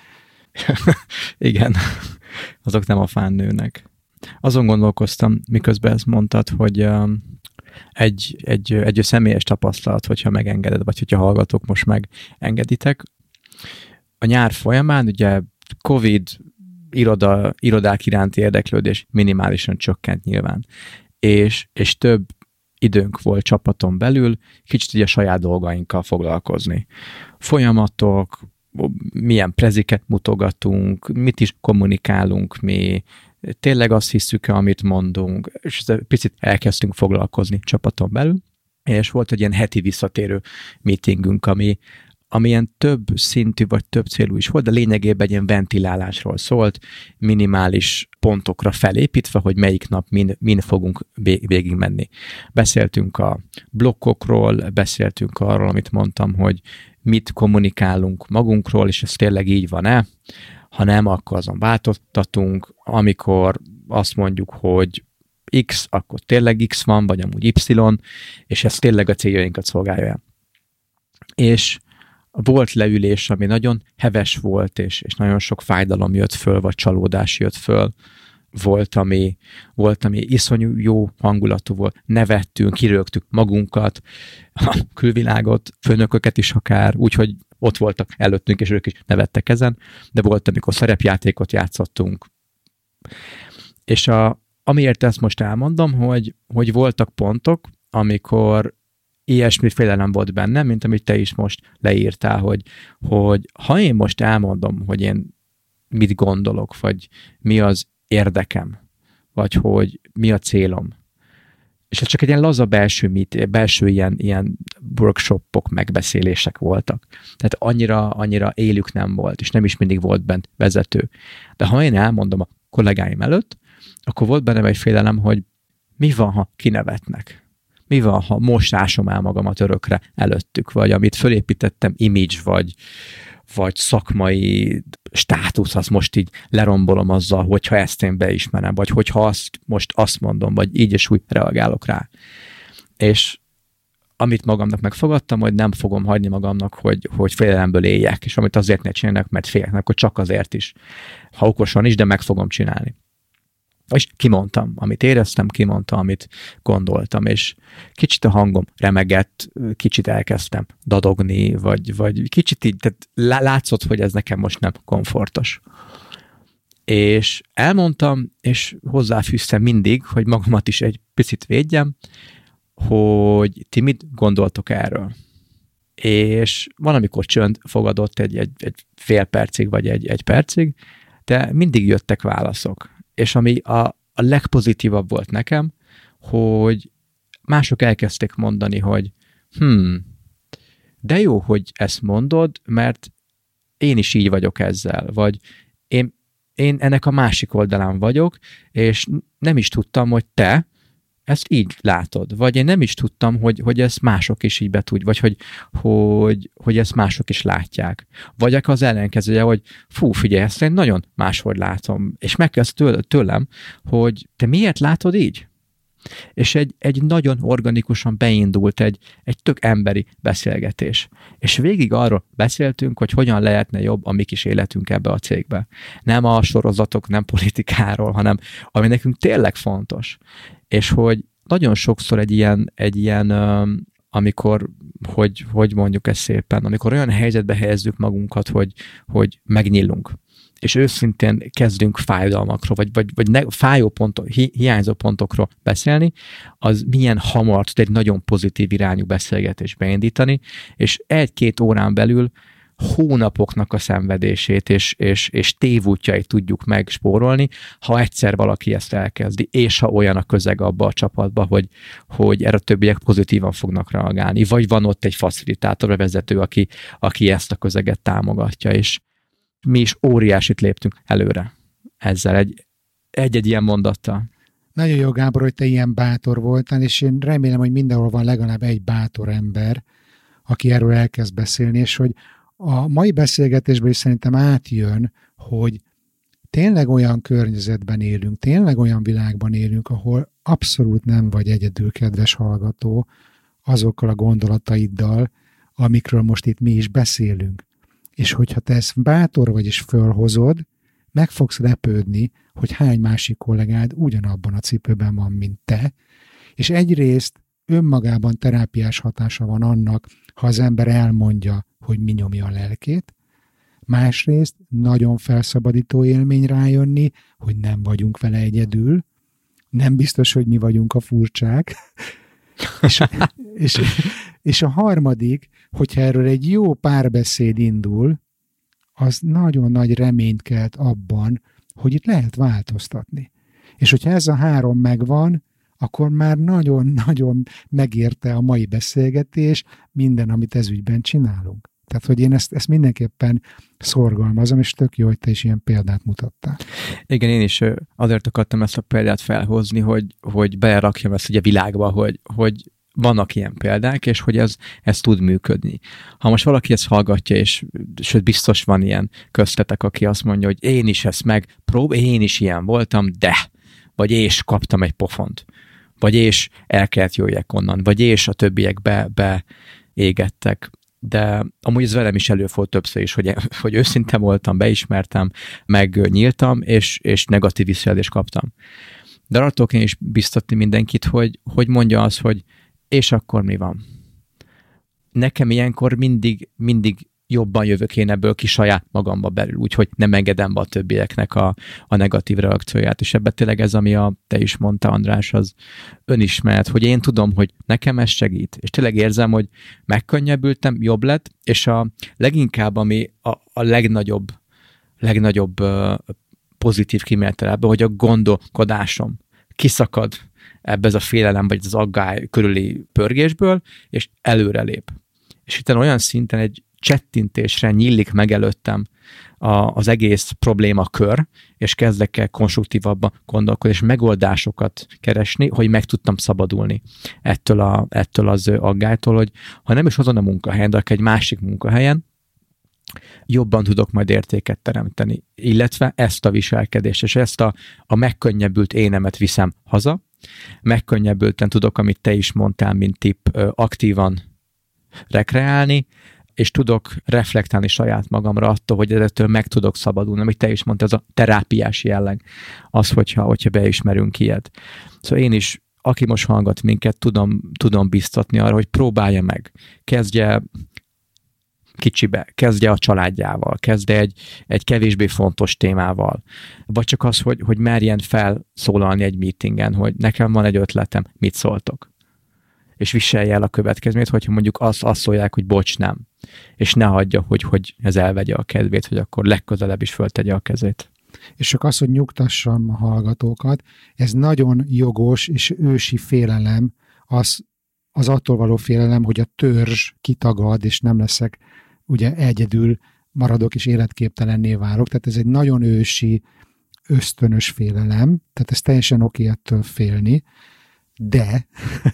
Igen, azok nem a fán nőnek. Azon gondolkoztam, miközben ezt mondtad, hogy um, egy, egy, egy személyes tapasztalat, hogyha megengeded, vagy hogyha hallgatók most megengeditek. A nyár folyamán ugye Covid iroda, irodák iránti érdeklődés minimálisan csökkent nyilván. És, és több időnk volt csapaton belül, kicsit így a saját dolgainkkal foglalkozni. Folyamatok, milyen preziket mutogatunk, mit is kommunikálunk mi, tényleg azt hiszük-e, amit mondunk, és picit elkezdtünk foglalkozni csapaton belül, és volt egy ilyen heti visszatérő meetingünk, ami, ami ilyen több szintű vagy több célú is volt, de lényegében egy ilyen ventilálásról szólt, minimális pontokra felépítve, hogy melyik nap min, min fogunk végig menni. Beszéltünk a blokkokról, beszéltünk arról, amit mondtam, hogy mit kommunikálunk magunkról, és ez tényleg így van-e, ha nem, akkor azon változtatunk, amikor azt mondjuk, hogy X, akkor tényleg X van, vagy amúgy Y, és ez tényleg a céljainkat szolgálja. És volt leülés, ami nagyon heves volt, és, és nagyon sok fájdalom jött föl, vagy csalódás jött föl. Volt ami, volt, ami iszonyú jó hangulatú volt. Nevettünk, kirögtük magunkat, a külvilágot, főnököket is akár, úgyhogy ott voltak előttünk, és ők is nevettek ezen, de volt, amikor szerepjátékot játszottunk. És a, amiért ezt most elmondom, hogy, hogy voltak pontok, amikor ilyesmi félelem volt bennem, mint amit te is most leírtál, hogy, hogy ha én most elmondom, hogy én mit gondolok, vagy mi az érdekem, vagy hogy mi a célom, és ez csak egy ilyen laza belső, mit, belső ilyen, ilyen workshopok, megbeszélések voltak. Tehát annyira, annyira élük nem volt, és nem is mindig volt bent vezető. De ha én elmondom a kollégáim előtt, akkor volt bennem egy félelem, hogy mi van, ha kinevetnek? Mi van, ha most ásom el magamat örökre előttük, vagy amit fölépítettem image, vagy, vagy szakmai státusz, azt most így lerombolom azzal, hogyha ezt én beismerem, vagy hogyha azt most azt mondom, vagy így és úgy reagálok rá. És amit magamnak megfogadtam, hogy nem fogom hagyni magamnak, hogy, hogy félelemből éljek, és amit azért ne csinálnak, mert félek, akkor csak azért is. Ha okosan is, de meg fogom csinálni. És kimondtam, amit éreztem, kimondtam, amit gondoltam, és kicsit a hangom remegett, kicsit elkezdtem dadogni, vagy, vagy kicsit így, tehát látszott, hogy ez nekem most nem komfortos. És elmondtam, és hozzáfűztem mindig, hogy magamat is egy picit védjem, hogy ti mit gondoltok erről. És van, amikor csönd fogadott egy, egy, egy fél percig, vagy egy, egy percig, de mindig jöttek válaszok. És ami a, a legpozitívabb volt nekem, hogy mások elkezdték mondani, hogy hm, de jó, hogy ezt mondod, mert én is így vagyok ezzel, vagy én, én ennek a másik oldalán vagyok, és nem is tudtam, hogy te ezt így látod, vagy én nem is tudtam, hogy, hogy ezt mások is így betudj, vagy hogy, hogy, hogy ezt mások is látják. Vagy akkor az ellenkezője, hogy fú, figyelj, ezt én nagyon máshogy látom, és megkezdesz tőlem, hogy te miért látod így? És egy, egy nagyon organikusan beindult egy, egy tök emberi beszélgetés. És végig arról beszéltünk, hogy hogyan lehetne jobb a mi kis életünk ebbe a cégbe. Nem a sorozatok, nem politikáról, hanem ami nekünk tényleg fontos. És hogy nagyon sokszor egy ilyen, egy ilyen amikor, hogy, hogy mondjuk ezt szépen, amikor olyan helyzetbe helyezzük magunkat, hogy, hogy megnyílunk, és őszintén kezdünk fájdalmakról, vagy, vagy, vagy ne, fájó pontok, hi, hiányzó pontokról beszélni, az milyen hamar tud egy nagyon pozitív irányú beszélgetést beindítani, és egy-két órán belül hónapoknak a szenvedését és, és, és tévútjait tudjuk megspórolni, ha egyszer valaki ezt elkezdi, és ha olyan a közeg abba a csapatba, hogy, hogy erre a többiek pozitívan fognak reagálni, vagy van ott egy facilitátor, a vezető, aki, aki ezt a közeget támogatja, és mi is óriásit léptünk előre ezzel egy, egy-egy ilyen mondattal. Nagyon jó, Gábor, hogy te ilyen bátor voltál, és én remélem, hogy mindenhol van legalább egy bátor ember, aki erről elkezd beszélni, és hogy a mai beszélgetésben is szerintem átjön, hogy tényleg olyan környezetben élünk, tényleg olyan világban élünk, ahol abszolút nem vagy egyedül, kedves hallgató, azokkal a gondolataiddal, amikről most itt mi is beszélünk. És hogyha te ezt bátor vagy és fölhozod, meg fogsz lepődni, hogy hány másik kollégád ugyanabban a cipőben van, mint te, és egyrészt önmagában terápiás hatása van annak, ha az ember elmondja, hogy mi nyomja a lelkét, másrészt nagyon felszabadító élmény rájönni, hogy nem vagyunk vele egyedül, nem biztos, hogy mi vagyunk a furcsák, és, és, és a harmadik, hogyha erről egy jó párbeszéd indul, az nagyon nagy reményt kelt abban, hogy itt lehet változtatni. És hogyha ez a három megvan, akkor már nagyon-nagyon megérte a mai beszélgetés minden, amit ezügyben csinálunk. Tehát, hogy én ezt, ezt mindenképpen szorgalmazom, és tök jó, hogy te is ilyen példát mutattál. Igen, én is azért akartam ezt a példát felhozni, hogy, hogy berakjam ezt ugye a világba, hogy, hogy vannak ilyen példák, és hogy ez, ez tud működni. Ha most valaki ezt hallgatja, és sőt biztos van ilyen köztetek, aki azt mondja, hogy én is ezt megprób, én is ilyen voltam, de, vagy és kaptam egy pofont, vagy és el kellett jöjjek onnan, vagy és a többiek be, beégettek. De amúgy ez velem is előfordult többször is, hogy, hogy őszinte voltam, beismertem, megnyíltam, és, és negatív visszajelzést kaptam. De arra tudok én is biztatni mindenkit, hogy, hogy mondja azt, hogy és akkor mi van? Nekem ilyenkor mindig, mindig jobban jövök én ebből ki saját magamba belül, úgyhogy nem engedem be a többieknek a, a negatív reakcióját. És ebben tényleg ez, ami a, te is mondta, András, az önismeret, hogy én tudom, hogy nekem ez segít. És tényleg érzem, hogy megkönnyebbültem, jobb lett, és a leginkább, ami a, a legnagyobb, legnagyobb uh, pozitív kimenetel ebben, hogy a gondolkodásom kiszakad ebbe ez a félelem, vagy az aggály körüli pörgésből, és előrelép. És itt olyan szinten egy csettintésre nyílik meg előttem a, az egész problémakör, és kezdek el konstruktívabban gondolkodni, és megoldásokat keresni, hogy meg tudtam szabadulni ettől, a, ettől az aggálytól, hogy ha nem is azon a munkahelyen, de egy másik munkahelyen, jobban tudok majd értéket teremteni, illetve ezt a viselkedést, és ezt a, a megkönnyebbült énemet viszem haza, megkönnyebbülten tudok, amit te is mondtál, mint tipp, aktívan rekreálni, és tudok reflektálni saját magamra attól, hogy ettől meg tudok szabadulni, amit te is mondtad, ez a terápiás jelleg, az, hogyha, hogyha beismerünk ilyet. Szóval én is, aki most hallgat minket, tudom, tudom biztatni arra, hogy próbálja meg. Kezdje kicsibe, kezdje a családjával, kezdje egy, egy kevésbé fontos témával, vagy csak az, hogy, hogy merjen felszólalni egy meetingen, hogy nekem van egy ötletem, mit szóltok. És viselje el a következményt, hogyha mondjuk azt, azt szólják, hogy bocs, nem. És ne hagyja, hogy, hogy ez elvegye a kedvét, hogy akkor legközelebb is föltegye a kezét. És csak az, hogy nyugtassam a hallgatókat, ez nagyon jogos és ősi félelem, az, az attól való félelem, hogy a törzs kitagad, és nem leszek ugye egyedül maradok és életképtelenné válok. Tehát ez egy nagyon ősi, ösztönös félelem, tehát ez teljesen oké ettől félni, de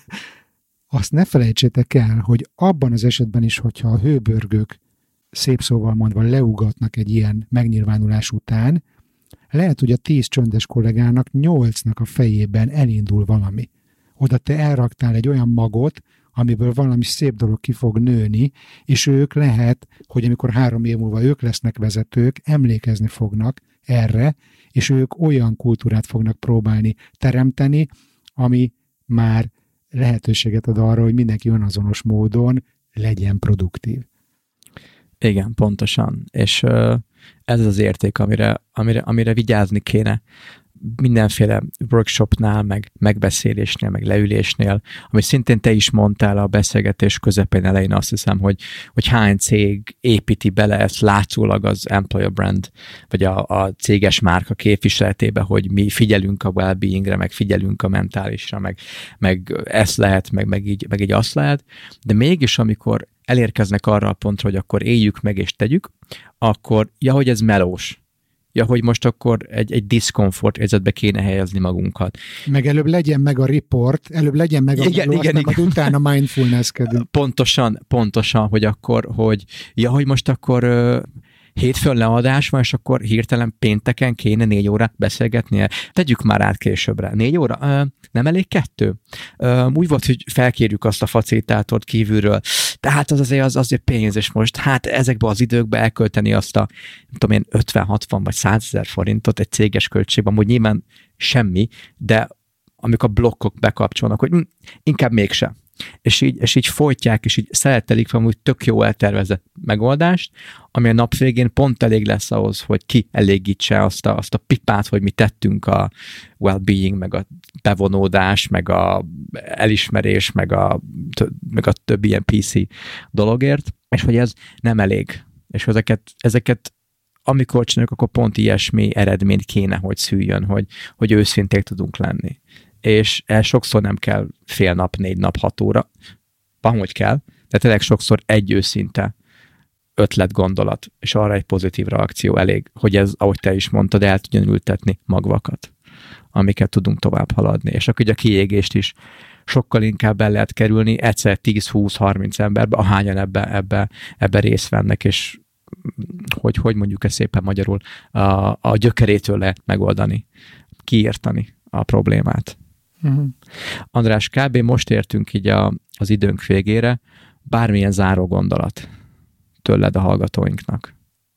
azt ne felejtsétek el, hogy abban az esetben is, hogyha a hőbörgők szép szóval mondva leugatnak egy ilyen megnyilvánulás után, lehet, hogy a tíz csöndes kollégának nyolcnak a fejében elindul valami. Oda te elraktál egy olyan magot, amiből valami szép dolog ki fog nőni, és ők lehet, hogy amikor három év múlva ők lesznek vezetők, emlékezni fognak erre, és ők olyan kultúrát fognak próbálni teremteni, ami már lehetőséget ad arra, hogy mindenki önazonos módon legyen produktív. Igen, pontosan. És uh, ez az érték, amire, amire, amire vigyázni kéne mindenféle workshopnál, meg megbeszélésnél, meg leülésnél, amit szintén te is mondtál a beszélgetés közepén elején, azt hiszem, hogy, hogy hány cég építi bele ezt látszólag az employer brand, vagy a, a céges márka képviseletébe, hogy mi figyelünk a well-beingre, meg figyelünk a mentálisra, meg, meg ezt lehet, meg, meg, így, meg így azt lehet, de mégis amikor elérkeznek arra a pontra, hogy akkor éljük meg és tegyük, akkor, ja, hogy ez melós, ja, hogy most akkor egy, egy diszkomfort érzetbe kéne helyezni magunkat. Meg előbb legyen meg a report, előbb legyen meg a igen, igen, igen. Majd utána mindfulness-kedünk. Pontosan, pontosan, hogy akkor, hogy ja, hogy most akkor uh, hétfőn leadás van, és akkor hirtelen pénteken kéne négy órát beszélgetnie. Tegyük már át későbbre. Négy óra? Uh, nem elég kettő? Uh, úgy volt, hogy felkérjük azt a facilitátort kívülről. Tehát az azért, az azért pénz, és most hát ezekben az időkben elkölteni azt a, nem tudom én, ötven, hatvan vagy százezer forintot egy céges költségben, hogy nyilván semmi, de amikor a blokkok bekapcsolnak, hogy hm, inkább mégse. És így, és így folytják, és így szeretelik valami tök jó eltervezett megoldást, ami a nap végén pont elég lesz ahhoz, hogy kielégítse azt a, azt a pipát, hogy mi tettünk a well-being, meg a bevonódás, meg a elismerés, meg a, meg a több ilyen pé cé dologért, és hogy ez nem elég. És ezeket, ezeket amikor csináljuk, akkor pont ilyesmi eredményt kéne, hogy szüljön, hogy, hogy őszinték tudunk lenni. És el sokszor nem kell fél nap, négy nap, hat óra, van, hogy kell, de tényleg sokszor egy őszinte ötlet, gondolat, és arra egy pozitív reakció elég, hogy ez, ahogy te is mondtad, el tudjon ültetni magvakat, amiket tudunk tovább haladni. És akkor ugye a kiégést is sokkal inkább el lehet kerülni, egyszer tíz, húsz, harminc emberbe, ahányan ebbe, ebbe, ebbe részt vennek, és hogy, hogy mondjuk ezt szépen magyarul, a, a gyökerétől lehet megoldani, kiírtani a problémát. Uh-huh. András, kb. Most értünk így a, az időnk végére. Bármilyen záró gondolat tőled a hallgatóinknak.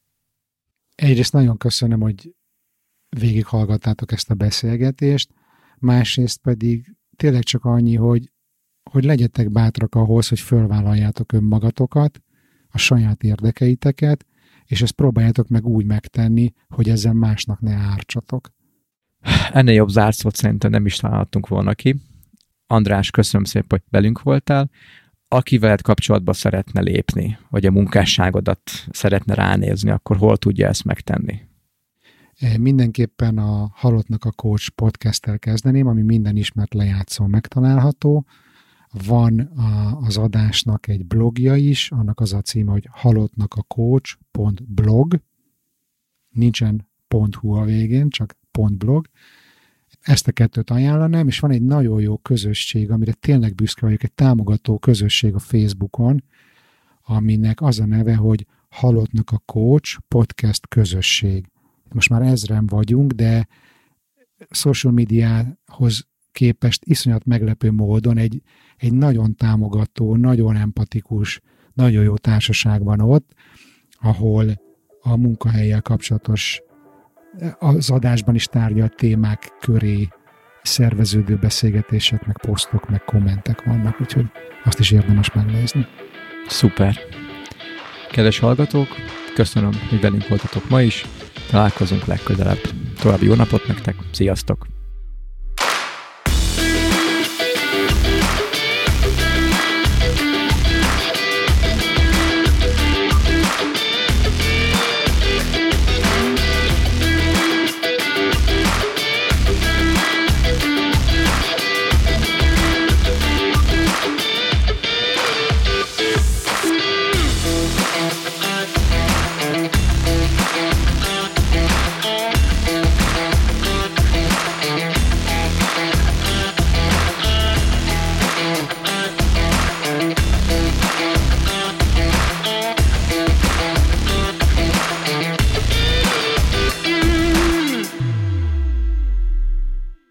Egyrészt nagyon köszönöm, hogy végighallgattátok ezt a beszélgetést, másrészt pedig tényleg csak annyi, hogy, hogy legyetek bátrak ahhoz, hogy fölvállaljátok önmagatokat, a saját érdekeiteket, és ezt próbáljátok meg úgy megtenni, hogy ezzel másnak ne ártsatok. Ennél jobb zárszót szerintem nem is találhattunk volna ki. András, köszönöm szépen, hogy velünk voltál. Aki veled kapcsolatba szeretne lépni, vagy a munkásságodat szeretne ránézni, akkor hol tudja ezt megtenni? Mindenképpen a Halottnak a Coach podcast-tel kezdeném, ami minden ismert lejátszón megtalálható. Van a, az adásnak egy blogja is, annak az a címe, hogy halottnakacoach pont blog. Nincsen .hu a végén, csak .blog. Ezt a kettőt ajánlanám, és van egy nagyon jó közösség, amire tényleg büszke vagyok, egy támogató közösség a Facebookon, aminek az a neve, hogy Halottnak a Coach podcast közösség. Most már ezren vagyunk, de social médiához képest iszonyat meglepő módon egy, egy nagyon támogató, nagyon empatikus, nagyon jó társaság van ott, ahol a munkahellyel kapcsolatos az adásban is tárgyalt témák köré szerveződő beszélgetések, meg posztok, meg kommentek vannak, úgyhogy azt is érdemes megnézni. Szuper! Kedves hallgatók, köszönöm, hogy velünk voltatok ma is, találkozunk legközelebb. További jó napot nektek, sziasztok!